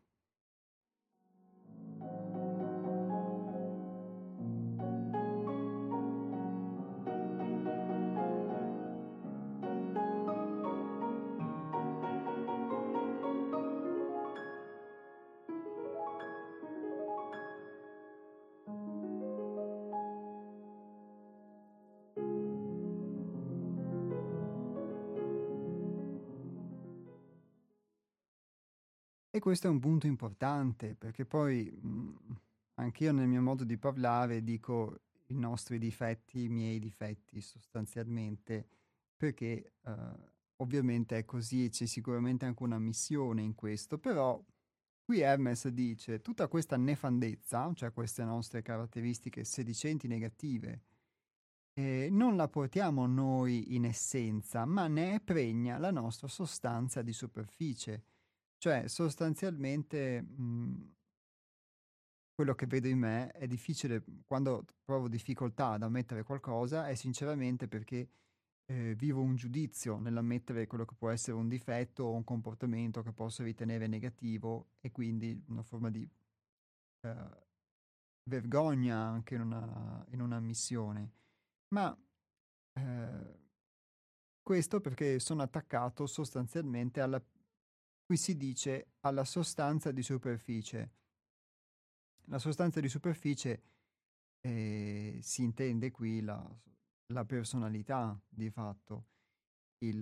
E questo è un punto importante perché poi mh, anch'io nel mio modo di parlare dico i nostri difetti, i miei difetti sostanzialmente, perché eh, ovviamente è così e c'è sicuramente anche una missione in questo, però qui Hermes dice tutta questa nefandezza, cioè queste nostre caratteristiche sedicenti negative, eh, non la portiamo noi in essenza, ma ne è pregna la nostra sostanza di superficie. Cioè, sostanzialmente, mhmm, quello che vedo in me è difficile quando provo difficoltà ad ammettere qualcosa è sinceramente perché, ehm, vivo un giudizio nell'ammettere quello che può essere un difetto o un comportamento che posso ritenere negativo e quindi una forma di, ehm, vergogna anche in una in un'ammissione. Ma, ehm, questo perché sono attaccato sostanzialmente alla qui si dice alla sostanza di superficie. La sostanza di superficie, ehm, si intende qui la s la personalità di fatto, il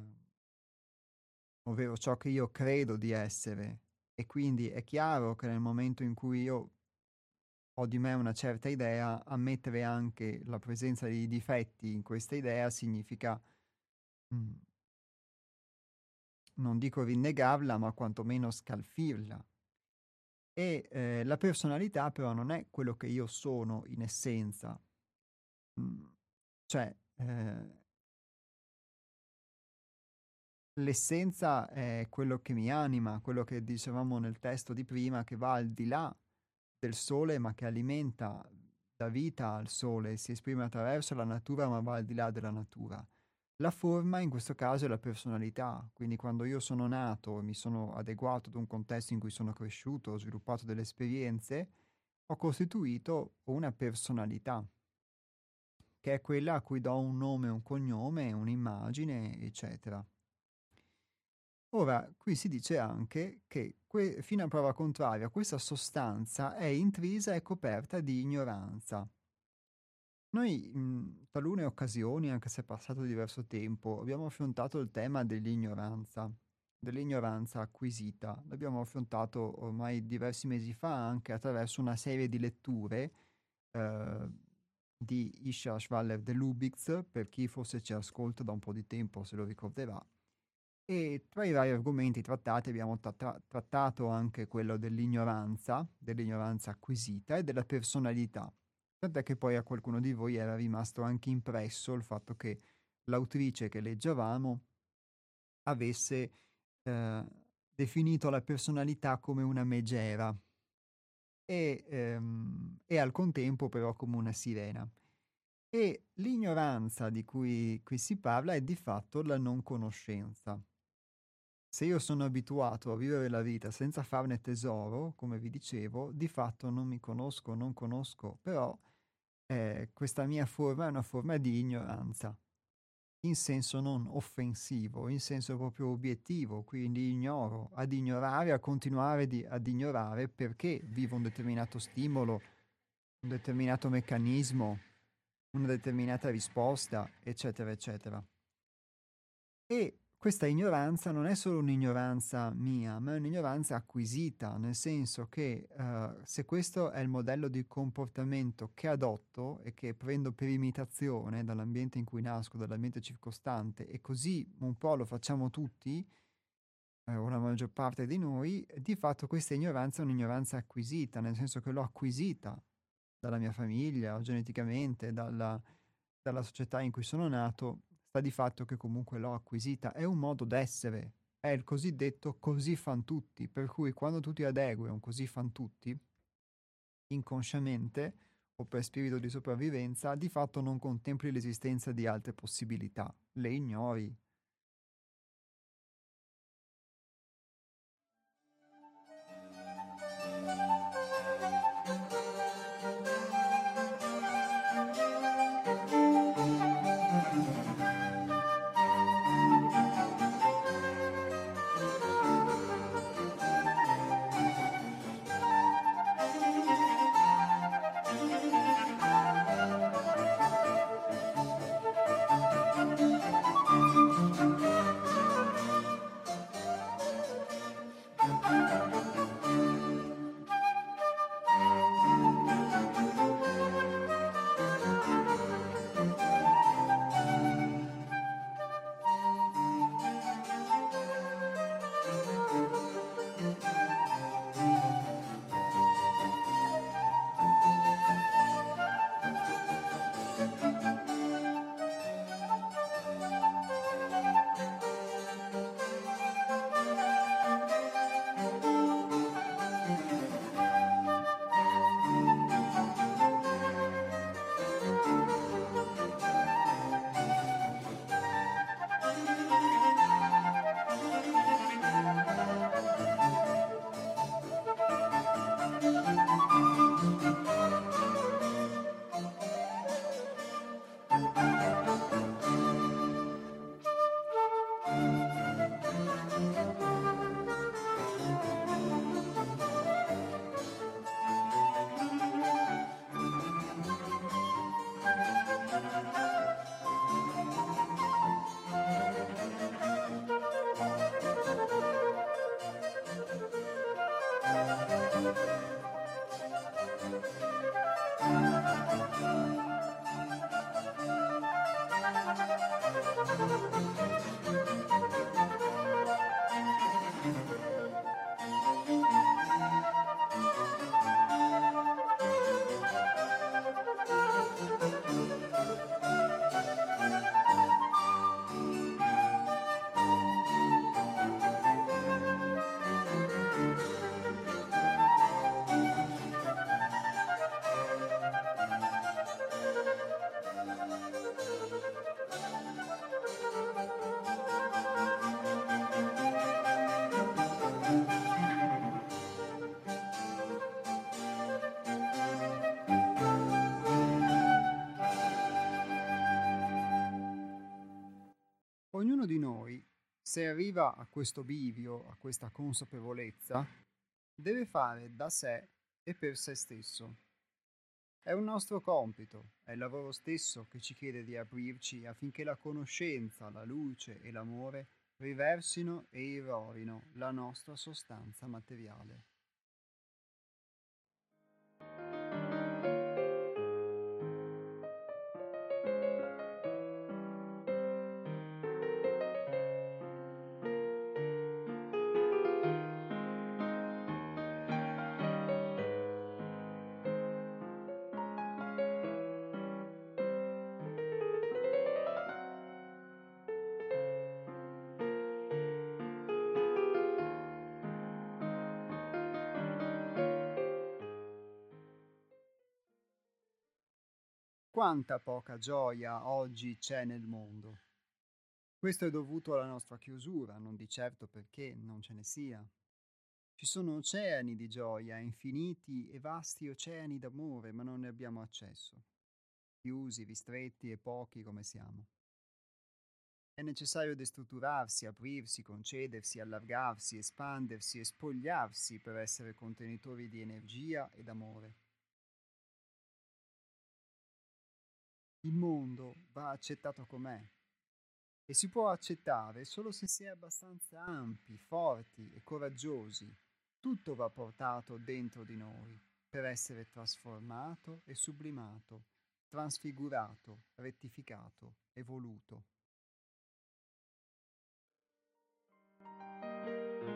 ovvero ciò che io credo di essere e quindi è chiaro che nel momento in cui io ho di me una certa idea, ammettere anche la presenza di difetti in questa idea significa, mhmm, non dico rinnegarla, ma quantomeno scalfirla. E, ehm, la personalità però non è quello che io sono in essenza. Mhmm, cioè, ehm, l'essenza è quello che mi anima, quello che dicevamo nel testo di prima, che va al di là del sole, ma che alimenta, dà vita al sole, si esprime attraverso la natura, ma va al di là della natura. La forma in questo caso è la personalità, quindi quando io sono nato e mi sono adeguato ad un contesto in cui sono cresciuto, ho sviluppato delle esperienze, ho costituito una personalità. Che è quella a cui do un nome, un cognome, un'immagine, eccetera. Ora, qui si dice anche che que- fino a prova contraria questa sostanza è intrisa e coperta di ignoranza. Noi in talune occasioni, anche se è passato diverso tempo, abbiamo affrontato il tema dell'ignoranza, dell'ignoranza acquisita. L'abbiamo affrontato ormai diversi mesi fa anche attraverso una serie di letture eh, di Isha Schwaller de Lubitz, per chi forse ci ascolta da un po' di tempo se lo ricorderà. E tra i vari argomenti trattati abbiamo tra- tra- trattato anche quello dell'ignoranza, dell'ignoranza acquisita e della personalità. Tant'è che poi a qualcuno di voi era rimasto anche impresso il fatto che l'autrice che leggevamo avesse eh, definito la personalità come una megera e, ehm, e al contempo però come una sirena. E l'ignoranza di cui qui si parla è di fatto la non conoscenza. Se io sono abituato a vivere la vita senza farne tesoro, come vi dicevo, di fatto non mi conosco, non conosco, però eh, questa mia forma è una forma di ignoranza, in senso non offensivo, in senso proprio obiettivo, quindi ignoro, ad ignorare, a continuare di- ad ignorare perché vivo un determinato stimolo, un determinato meccanismo, una determinata risposta, eccetera, eccetera. E questa ignoranza non è solo un'ignoranza mia, ma è un'ignoranza acquisita, nel senso che eh, se questo è il modello di comportamento che adotto e che prendo per imitazione dall'ambiente in cui nasco, dall'ambiente circostante, e così un po' lo facciamo tutti, eh, o la maggior parte di noi, di fatto questa ignoranza è un'ignoranza acquisita, nel senso che l'ho acquisita dalla mia famiglia o geneticamente, dalla, dalla società in cui sono nato, sta di fatto che comunque l'ho acquisita, è un modo d'essere, è il cosiddetto così fan tutti, per cui quando tu ti adegui a un così fan tutti, inconsciamente o per spirito di sopravvivenza, di fatto non contempli l'esistenza di altre possibilità, le ignori. Ognuno di noi, se arriva a questo bivio, a questa consapevolezza, deve fare da sé e per se stesso. È un nostro compito, è il lavoro stesso che ci chiede di aprirci affinché la conoscenza, la luce e l'amore riversino e irrorino la nostra sostanza materiale. Quanta poca gioia oggi c'è nel mondo. Questo è dovuto alla nostra chiusura, non di certo perché non ce ne sia. Ci sono oceani di gioia, infiniti e vasti oceani d'amore, ma non ne abbiamo accesso, chiusi, ristretti e pochi come siamo. È necessario destrutturarsi, aprirsi, concedersi, allargarsi, espandersi e spogliarsi per essere contenitori di energia ed amore. Il mondo va accettato com'è e si può accettare solo se si è abbastanza ampi, forti e coraggiosi. Tutto va portato dentro di noi per essere trasformato e sublimato, trasfigurato, rettificato, evoluto.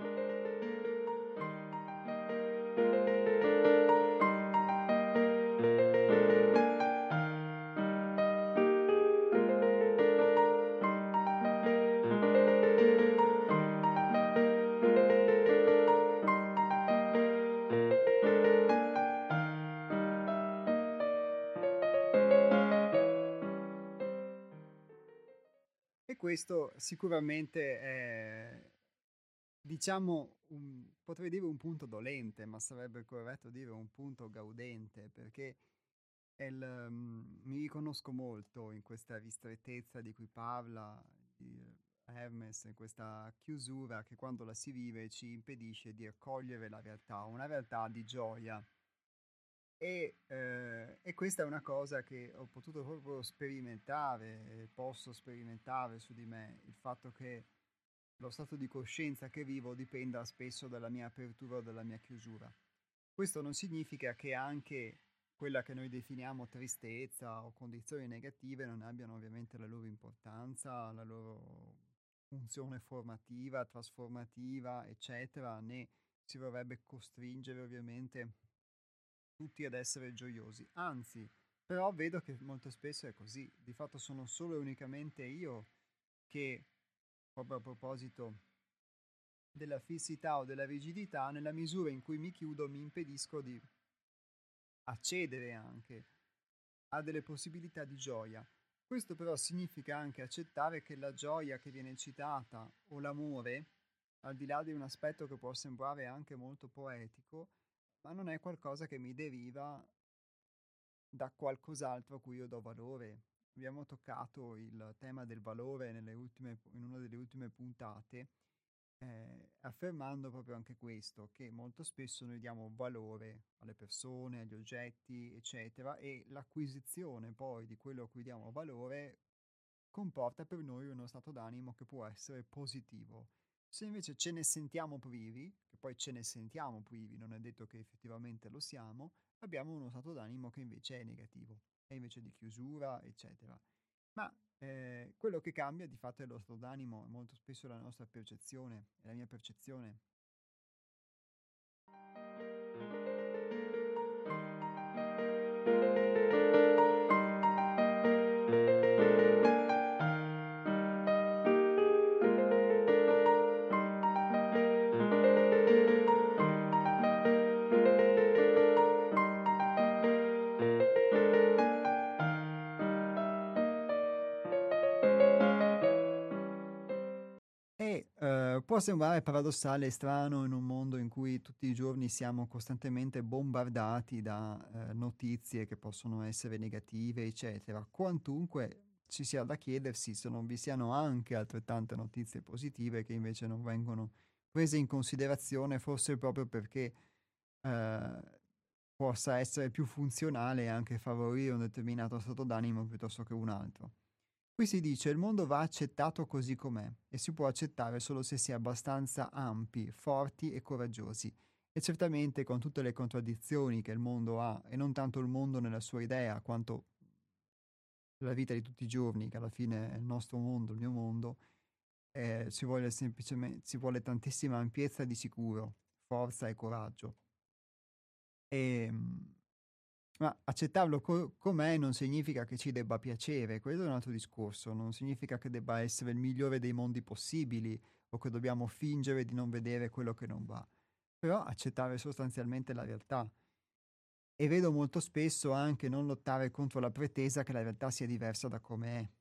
questo sicuramente è, diciamo, un, potrei dire un punto dolente, ma sarebbe corretto dire un punto gaudente, perché è il, mm, mi riconosco molto in questa ristrettezza di cui parla di Hermes, in questa chiusura che quando la si vive ci impedisce di accogliere la realtà, una realtà di gioia. E, eh, e questa è una cosa che ho potuto proprio sperimentare, e posso sperimentare su di me, il fatto che lo stato di coscienza che vivo dipenda spesso dalla mia apertura o dalla mia chiusura. Questo non significa che anche quella che noi definiamo tristezza o condizioni negative non abbiano ovviamente la loro importanza, la loro funzione formativa, trasformativa, eccetera, né si vorrebbe costringere ovviamente tutti ad essere gioiosi. Anzi, però vedo che molto spesso è così. Di fatto sono solo e unicamente io che, proprio a proposito della fissità o della rigidità, nella misura in cui mi chiudo mi impedisco di accedere anche a delle possibilità di gioia. Questo però significa anche accettare che la gioia che viene citata o l'amore, al di là di un aspetto che può sembrare anche molto poetico, ma non è qualcosa che mi deriva da qualcos'altro a cui io do valore. Abbiamo toccato il tema del valore nelle ultime, in una delle ultime puntate, eh, affermando proprio anche questo, che molto spesso noi diamo valore alle persone, agli oggetti, eccetera, e l'acquisizione poi di quello a cui diamo valore comporta per noi uno stato d'animo che può essere positivo. Se invece ce ne sentiamo privi, che poi ce ne sentiamo privi, non è detto che effettivamente lo siamo, abbiamo uno stato d'animo che invece è negativo, è invece di chiusura, eccetera. Ma eh, quello che cambia di fatto è lo stato d'animo, e molto spesso la nostra percezione, e la mia percezione. E eh, può sembrare paradossale e strano in un mondo in cui tutti i giorni siamo costantemente bombardati da eh, notizie che possono essere negative, eccetera. Quantunque ci sia da chiedersi se non vi siano anche altrettante notizie positive che invece non vengono prese in considerazione, forse proprio perché eh, possa essere più funzionale e anche favorire un determinato stato d'animo piuttosto che un altro. Qui si dice il mondo va accettato così com'è e si può accettare solo se si è abbastanza ampi, forti e coraggiosi. E certamente con tutte le contraddizioni che il mondo ha, e non tanto il mondo nella sua idea, quanto la vita di tutti i giorni, che alla fine è il nostro mondo, il mio mondo, eh, ci vuole semplicemente, ci vuole tantissima ampiezza di sicuro, forza e coraggio. E, ma accettarlo co- com'è non significa che ci debba piacere, quello è un altro discorso, non significa che debba essere il migliore dei mondi possibili o che dobbiamo fingere di non vedere quello che non va, però accettare sostanzialmente la realtà. E vedo molto spesso anche non lottare contro la pretesa che la realtà sia diversa da come è.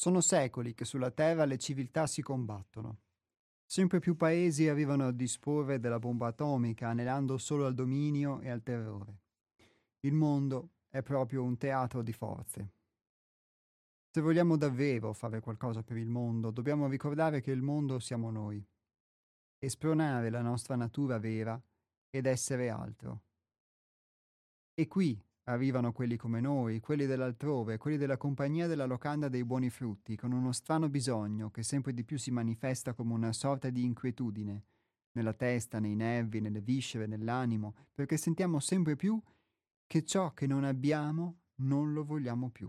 Sono secoli che sulla Terra le civiltà si combattono. Sempre più paesi arrivano a disporre della bomba atomica, anelando solo al dominio e al terrore. Il mondo è proprio un teatro di forze. Se vogliamo davvero fare qualcosa per il mondo, dobbiamo ricordare che il mondo siamo noi e spronare la nostra natura vera ed essere altro. E qui arrivano quelli come noi, quelli dell'altrove, quelli della compagnia della locanda dei buoni frutti, con uno strano bisogno che sempre di più si manifesta come una sorta di inquietudine, nella testa, nei nervi, nelle viscere, nell'animo, perché sentiamo sempre più che ciò che non abbiamo non lo vogliamo più.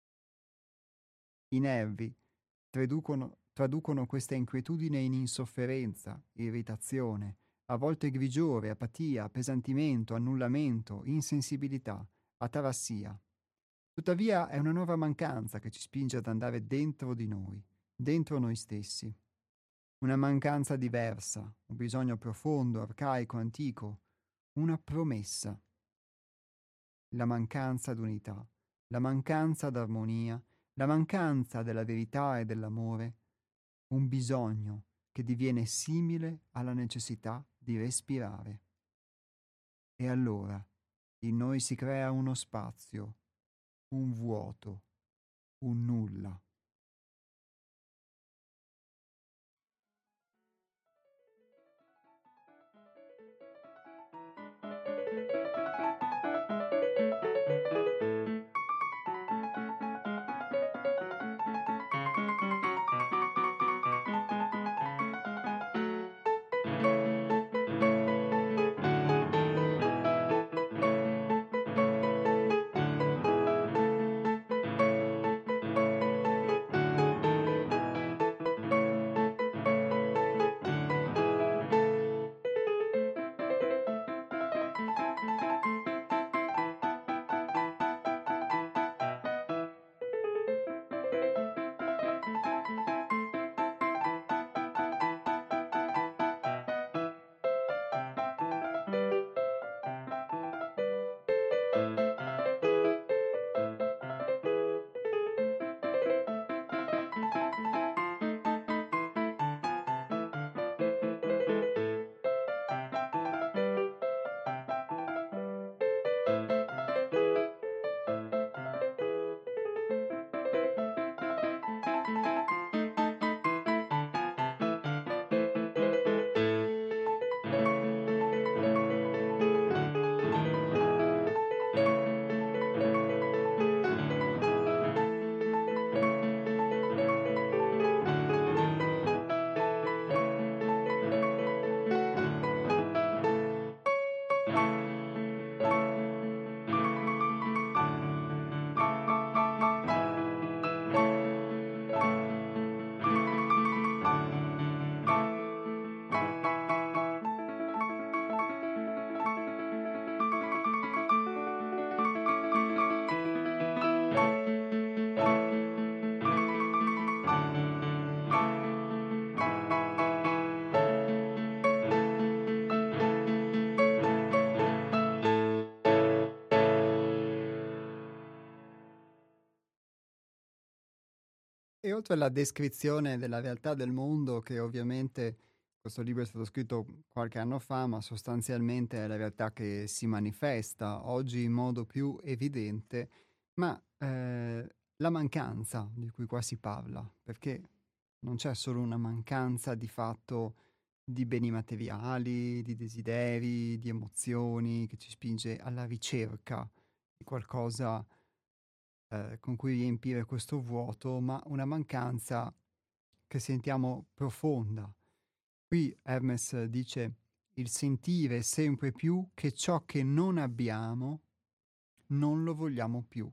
I nervi traducono, traducono questa inquietudine in insofferenza, irritazione, a volte grigiore, apatia, appesantimento, annullamento, insensibilità, atarassia. Tuttavia è una nuova mancanza che ci spinge ad andare dentro di noi, dentro noi stessi. Una mancanza diversa, un bisogno profondo, arcaico, antico, una promessa. La mancanza d'unità, la mancanza d'armonia, la mancanza della verità e dell'amore, un bisogno che diviene simile alla necessità di respirare. E allora in noi si crea uno spazio, un vuoto, un nulla. E oltre alla descrizione della realtà del mondo, che ovviamente questo libro è stato scritto qualche anno fa, ma sostanzialmente è la realtà che si manifesta oggi in modo più evidente, ma eh, la mancanza di cui qua si parla, perché non c'è solo una mancanza di fatto di beni materiali, di desideri, di emozioni che ci spinge alla ricerca di qualcosa eh, con cui riempire questo vuoto, ma una mancanza che sentiamo profonda. Qui Hermes dice il sentire sempre più che ciò che non abbiamo non lo vogliamo più.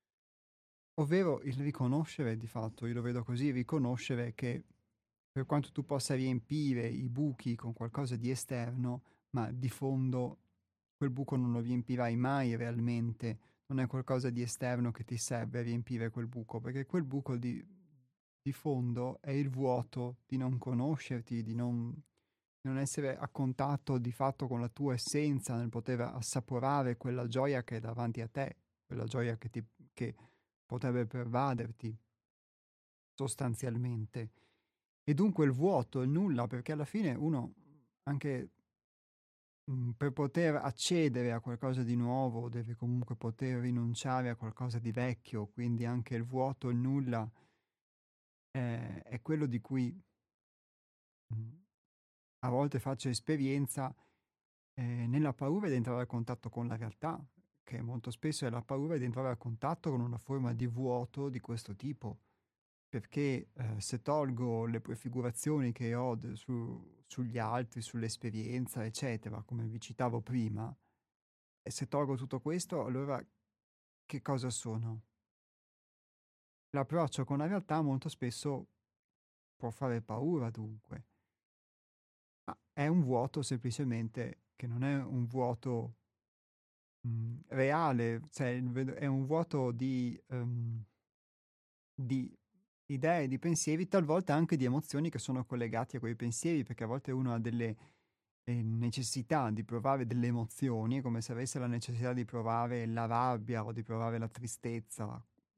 Ovvero il riconoscere, di fatto, io lo vedo così, riconoscere che per quanto tu possa riempire i buchi con qualcosa di esterno, ma di fondo quel buco non lo riempirai mai realmente, non è qualcosa di esterno che ti serve a riempire quel buco, perché quel buco di, di fondo è il vuoto di non conoscerti, di non, di non essere a contatto di fatto con la tua essenza, nel poter assaporare quella gioia che è davanti a te, quella gioia che, ti, che potrebbe pervaderti. sostanzialmente. E dunque il vuoto, il nulla, perché alla fine uno anche mh, per poter accedere a qualcosa di nuovo deve comunque poter rinunciare a qualcosa di vecchio, quindi anche il vuoto, il nulla eh, è quello di cui mh, a volte faccio esperienza eh, nella paura di entrare a contatto con la realtà, che molto spesso è la paura di entrare a contatto con una forma di vuoto di questo tipo. Perché, ehm, se tolgo le prefigurazioni che ho d su sugli altri, sull'esperienza, eccetera, come vi citavo prima, e se tolgo tutto questo, allora che cosa sono? L'approccio con la realtà molto spesso può fare paura dunque, ma è un vuoto semplicemente che non è un vuoto, mhmm, reale, cioè il ved è un vuoto di ehm, di idee, di pensieri, talvolta anche di emozioni che sono collegati a quei pensieri, perché a volte uno ha delle, ehm, necessità di provare delle emozioni, è come se avesse la necessità di provare la rabbia o di provare la tristezza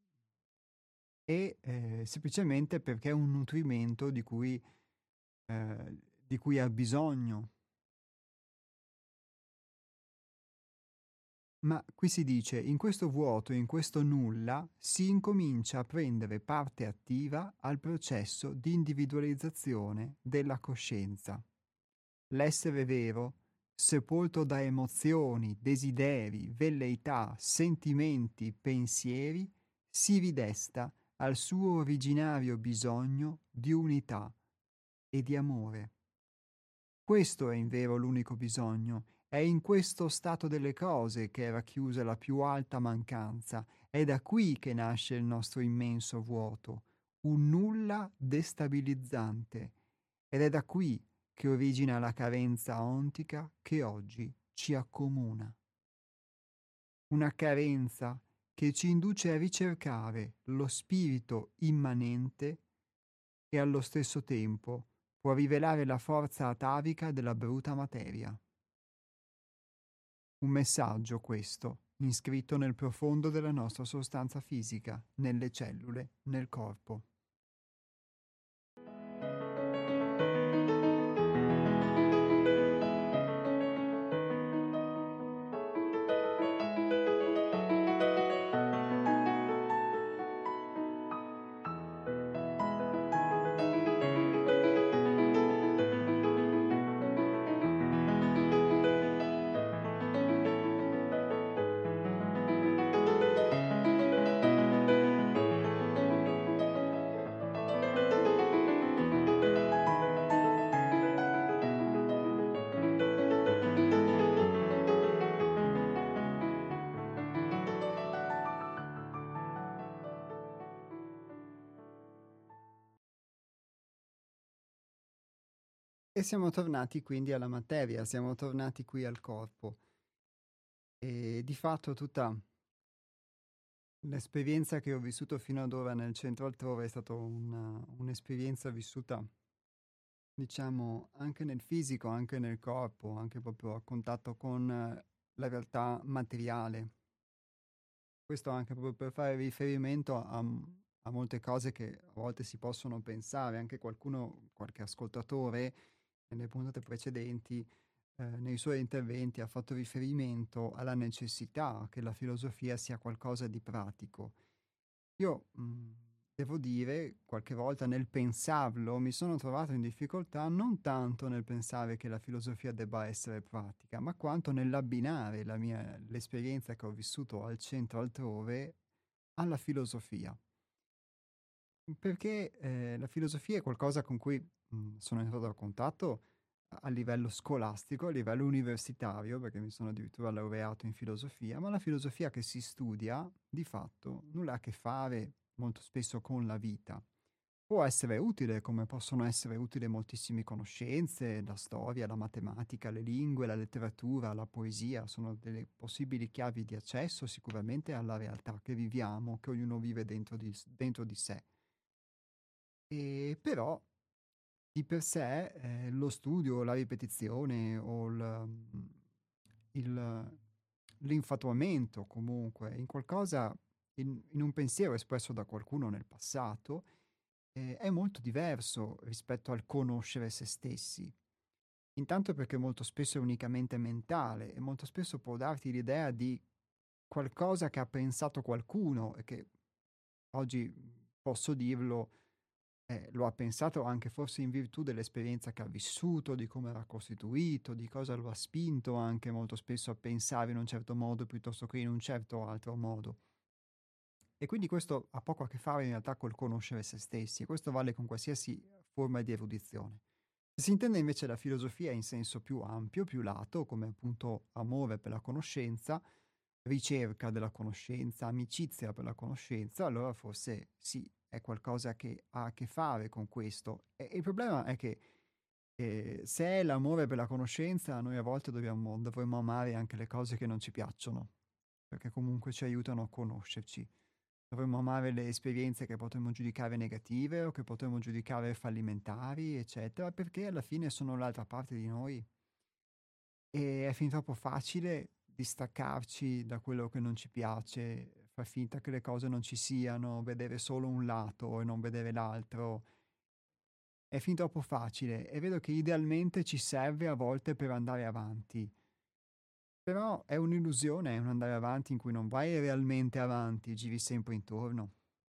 e, ehm, semplicemente perché è un nutrimento di cui ehm, di cui ha bisogno. Ma qui si dice: "In questo vuoto, in questo nulla, si incomincia a prendere parte attiva al processo di individualizzazione della coscienza. L'essere vero, sepolto da emozioni, desideri, velleità, sentimenti, pensieri, si ridesta al suo originario bisogno di unità e di amore. Questo è invero l'unico bisogno, è in questo stato delle cose che è racchiusa la più alta mancanza, è da qui che nasce il nostro immenso vuoto, un nulla destabilizzante, ed è da qui che origina la carenza ontica che oggi ci accomuna. Una carenza che ci induce a ricercare lo spirito immanente e allo stesso tempo può rivelare la forza atavica della bruta materia. Un messaggio questo, inscritto nel profondo della nostra sostanza fisica, nelle cellule, nel corpo. E siamo tornati quindi alla materia, siamo tornati qui al corpo. E di fatto tutta l'esperienza che ho vissuto fino ad ora nel centro altrove è stata una- un'esperienza vissuta, diciamo, anche nel fisico, anche nel corpo, anche proprio a contatto con eh, la realtà materiale. Questo anche proprio per fare riferimento a, m- a molte cose che a volte si possono pensare, anche qualcuno, qualche ascoltatore nelle puntate precedenti, eh, nei suoi interventi ha fatto riferimento alla necessità che la filosofia sia qualcosa di pratico. Io, mhmm, devo dire, qualche volta nel pensarlo mi sono trovato in difficoltà non tanto nel pensare che la filosofia debba essere pratica, ma quanto nell'abbinare la mia l'esperienza che ho vissuto al centro altrove alla filosofia. Perché, ehm, la filosofia è qualcosa con cui, mhmm, sono entrato a contatto a a livello scolastico, a livello universitario, perché mi sono addirittura laureato in filosofia, ma la filosofia che si studia, di fatto, nulla ha a che fare molto spesso con la vita. Può essere utile, come possono essere utili moltissime conoscenze, la storia, la matematica, le lingue, la letteratura, la poesia, sono delle possibili chiavi di accesso sicuramente alla realtà che viviamo, che ognuno vive dentro di s dentro di sé. Ehm, però di per sé, ehm, lo studio, la ripetizione o l mhmm, il l'infatuamento comunque in qualcosa in in un pensiero espresso da qualcuno nel passato, eh, è molto diverso rispetto al conoscere se stessi. Intanto perché molto spesso è unicamente mentale e molto spesso può darti l'idea di qualcosa che ha pensato qualcuno e che oggi posso dirlo, eh, lo ha pensato anche forse in virtù dell'esperienza che ha vissuto, di come era costituito, di cosa lo ha spinto anche molto spesso a pensare in un certo modo piuttosto che in un certo altro modo. E quindi questo ha poco a che fare in realtà col conoscere se stessi, e questo vale con qualsiasi forma di erudizione. Se si intende invece la filosofia in senso più ampio, più lato, come appunto amore per la conoscenza, ricerca della conoscenza, amicizia per la conoscenza, allora forse sì, è qualcosa che ha a che fare con questo. E il problema è che eh, se è l'amore per la conoscenza, noi a volte dobbiamo, dovremmo amare anche le cose che non ci piacciono, perché comunque ci aiutano a conoscerci. Dovremmo amare le esperienze che potremmo giudicare negative o che potremmo giudicare fallimentari, eccetera, perché alla fine sono l'altra parte di noi e è fin troppo facile distaccarci da quello che non ci piace, far finta che le cose non ci siano, vedere solo un lato e non vedere l'altro. È fin troppo facile. È vero che idealmente ci serve a volte per andare avanti, però è un'illusione, è un andare avanti in cui non vai realmente avanti, giri sempre intorno.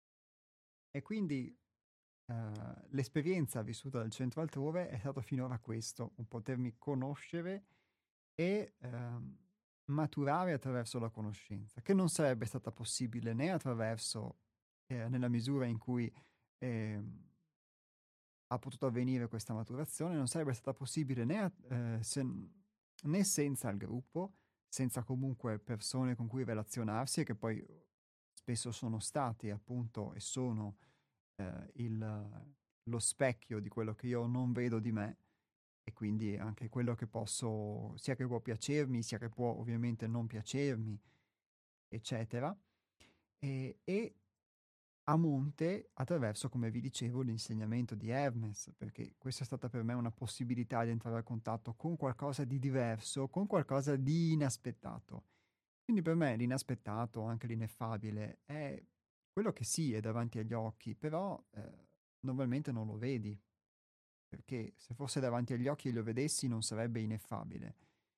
E quindi eh, l'esperienza vissuta dal centro altrove è stato finora questo, un potermi conoscere e ehm, maturare attraverso la conoscenza, che non sarebbe stata possibile né attraverso, eh, nella misura in cui ehm, ha potuto avvenire questa maturazione, non sarebbe stata possibile né, a- eh, se- né senza il gruppo, senza comunque persone con cui relazionarsi e che poi spesso sono stati appunto e sono eh, il- lo specchio di quello che io non vedo di me e quindi anche quello che posso, sia che può piacermi, sia che può ovviamente non piacermi, eccetera. E, e a monte attraverso, come vi dicevo, l'insegnamento di Hermes, perché questa è stata per me una possibilità di entrare a contatto con qualcosa di diverso, con qualcosa di inaspettato. Quindi per me l'inaspettato, anche l'ineffabile, è quello che sì è davanti agli occhi, però eh, normalmente non lo vedi, perché se fosse davanti agli occhi e lo vedessi non sarebbe ineffabile.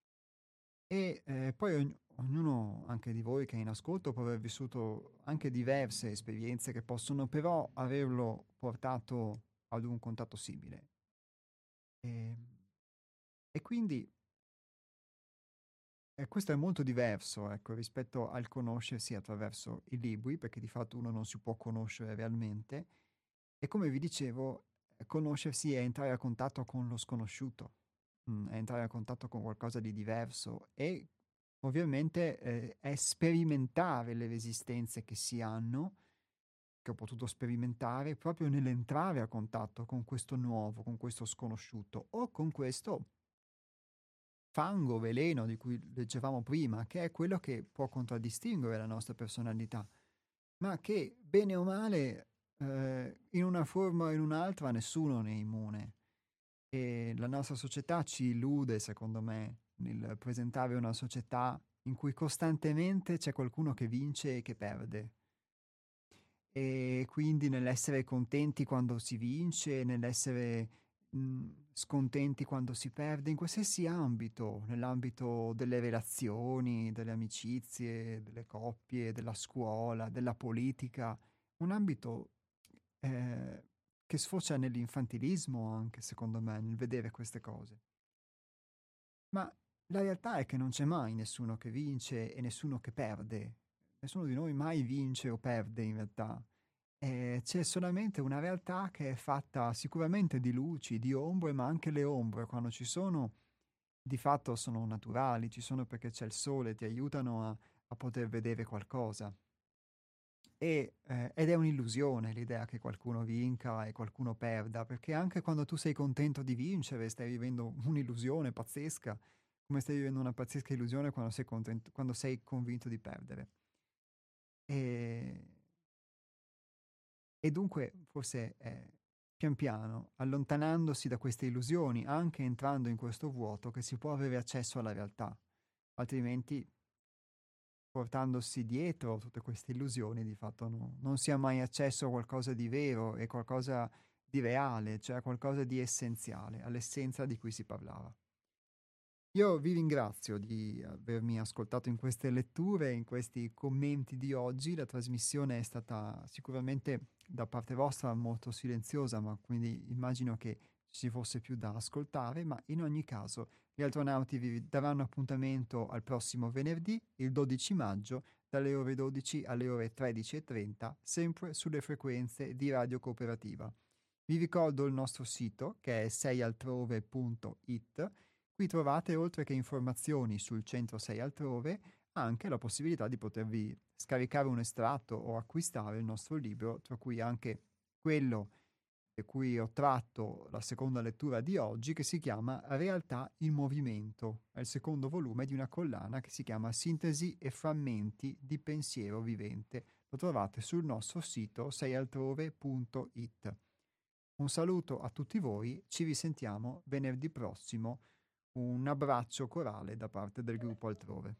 E eh, poi ogn- ognuno, anche di voi che è in ascolto, può aver vissuto anche diverse esperienze che possono però averlo portato ad un contatto simile. E, e quindi eh, questo è molto diverso, ecco, rispetto al conoscersi attraverso i libri, perché di fatto uno non si può conoscere realmente. E come vi dicevo, eh, conoscersi è entrare a contatto con lo sconosciuto, mm, è entrare a contatto con qualcosa di diverso e ovviamente eh, è sperimentare le resistenze che si hanno, che ho potuto sperimentare proprio nell'entrare a contatto con questo nuovo, con questo sconosciuto o con questo fango, veleno di cui leggevamo prima, che è quello che può contraddistinguere la nostra personalità, ma che bene o male eh, in una forma o in un'altra nessuno ne è immune. E la nostra società ci illude, secondo me, nel presentare una società in cui costantemente c'è qualcuno che vince e che perde. E quindi nell'essere contenti quando si vince, nell'essere mh, scontenti quando si perde, in qualsiasi ambito, nell'ambito delle relazioni, delle amicizie, delle coppie, della scuola, della politica, un ambito eh, che sfocia nell'infantilismo anche, secondo me, nel vedere queste cose. Ma la realtà è che non c'è mai nessuno che vince e nessuno che perde. Nessuno di noi mai vince o perde in realtà. Eh, c'è solamente una realtà che è fatta sicuramente di luci, di ombre, ma anche le ombre, quando ci sono, di fatto sono naturali, ci sono perché c'è il sole, ti aiutano a, a poter vedere qualcosa. E, eh, ed è un'illusione l'idea che qualcuno vinca e qualcuno perda, perché anche quando tu sei contento di vincere, stai vivendo un'illusione pazzesca, come stai vivendo una pazzesca illusione quando sei, contento, quando sei convinto di perdere. E, e dunque, forse è pian piano, allontanandosi da queste illusioni, anche entrando in questo vuoto, che si può avere accesso alla realtà. Altrimenti portandosi dietro tutte queste illusioni, di fatto no- non si ha mai accesso a qualcosa di vero e qualcosa di reale, cioè a qualcosa di essenziale, all'essenza di cui si parlava. Io vi ringrazio di avermi ascoltato in queste letture, in questi commenti di oggi. La trasmissione è stata sicuramente da parte vostra molto silenziosa, ma quindi immagino che ci fosse più da ascoltare, ma in ogni caso gli astronauti vi daranno appuntamento al prossimo venerdì, il dodici maggio, dalle ore dodici alle ore tredici e trenta, sempre sulle frequenze di Radio Cooperativa. Vi ricordo il nostro sito che è sei altrove punto it. Qui trovate, oltre che informazioni sul Centro sei Altrove, anche la possibilità di potervi scaricare un estratto o acquistare il nostro libro, tra cui anche quello di cui ho tratto la seconda lettura di oggi, che si chiama Realtà in movimento. È il secondo volume di una collana che si chiama Sintesi e frammenti di pensiero vivente. Lo trovate sul nostro sito sei altrove punto it. Un saluto a tutti voi, ci risentiamo venerdì prossimo. Un abbraccio corale da parte del gruppo Altrove.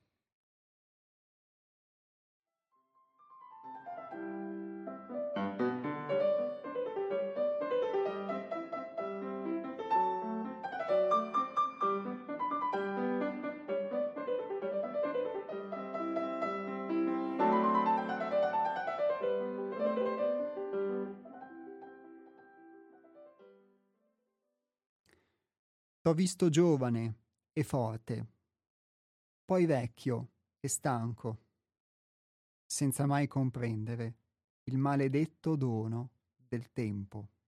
T'ho visto giovane e forte, poi vecchio e stanco, senza mai comprendere il maledetto dono del tempo.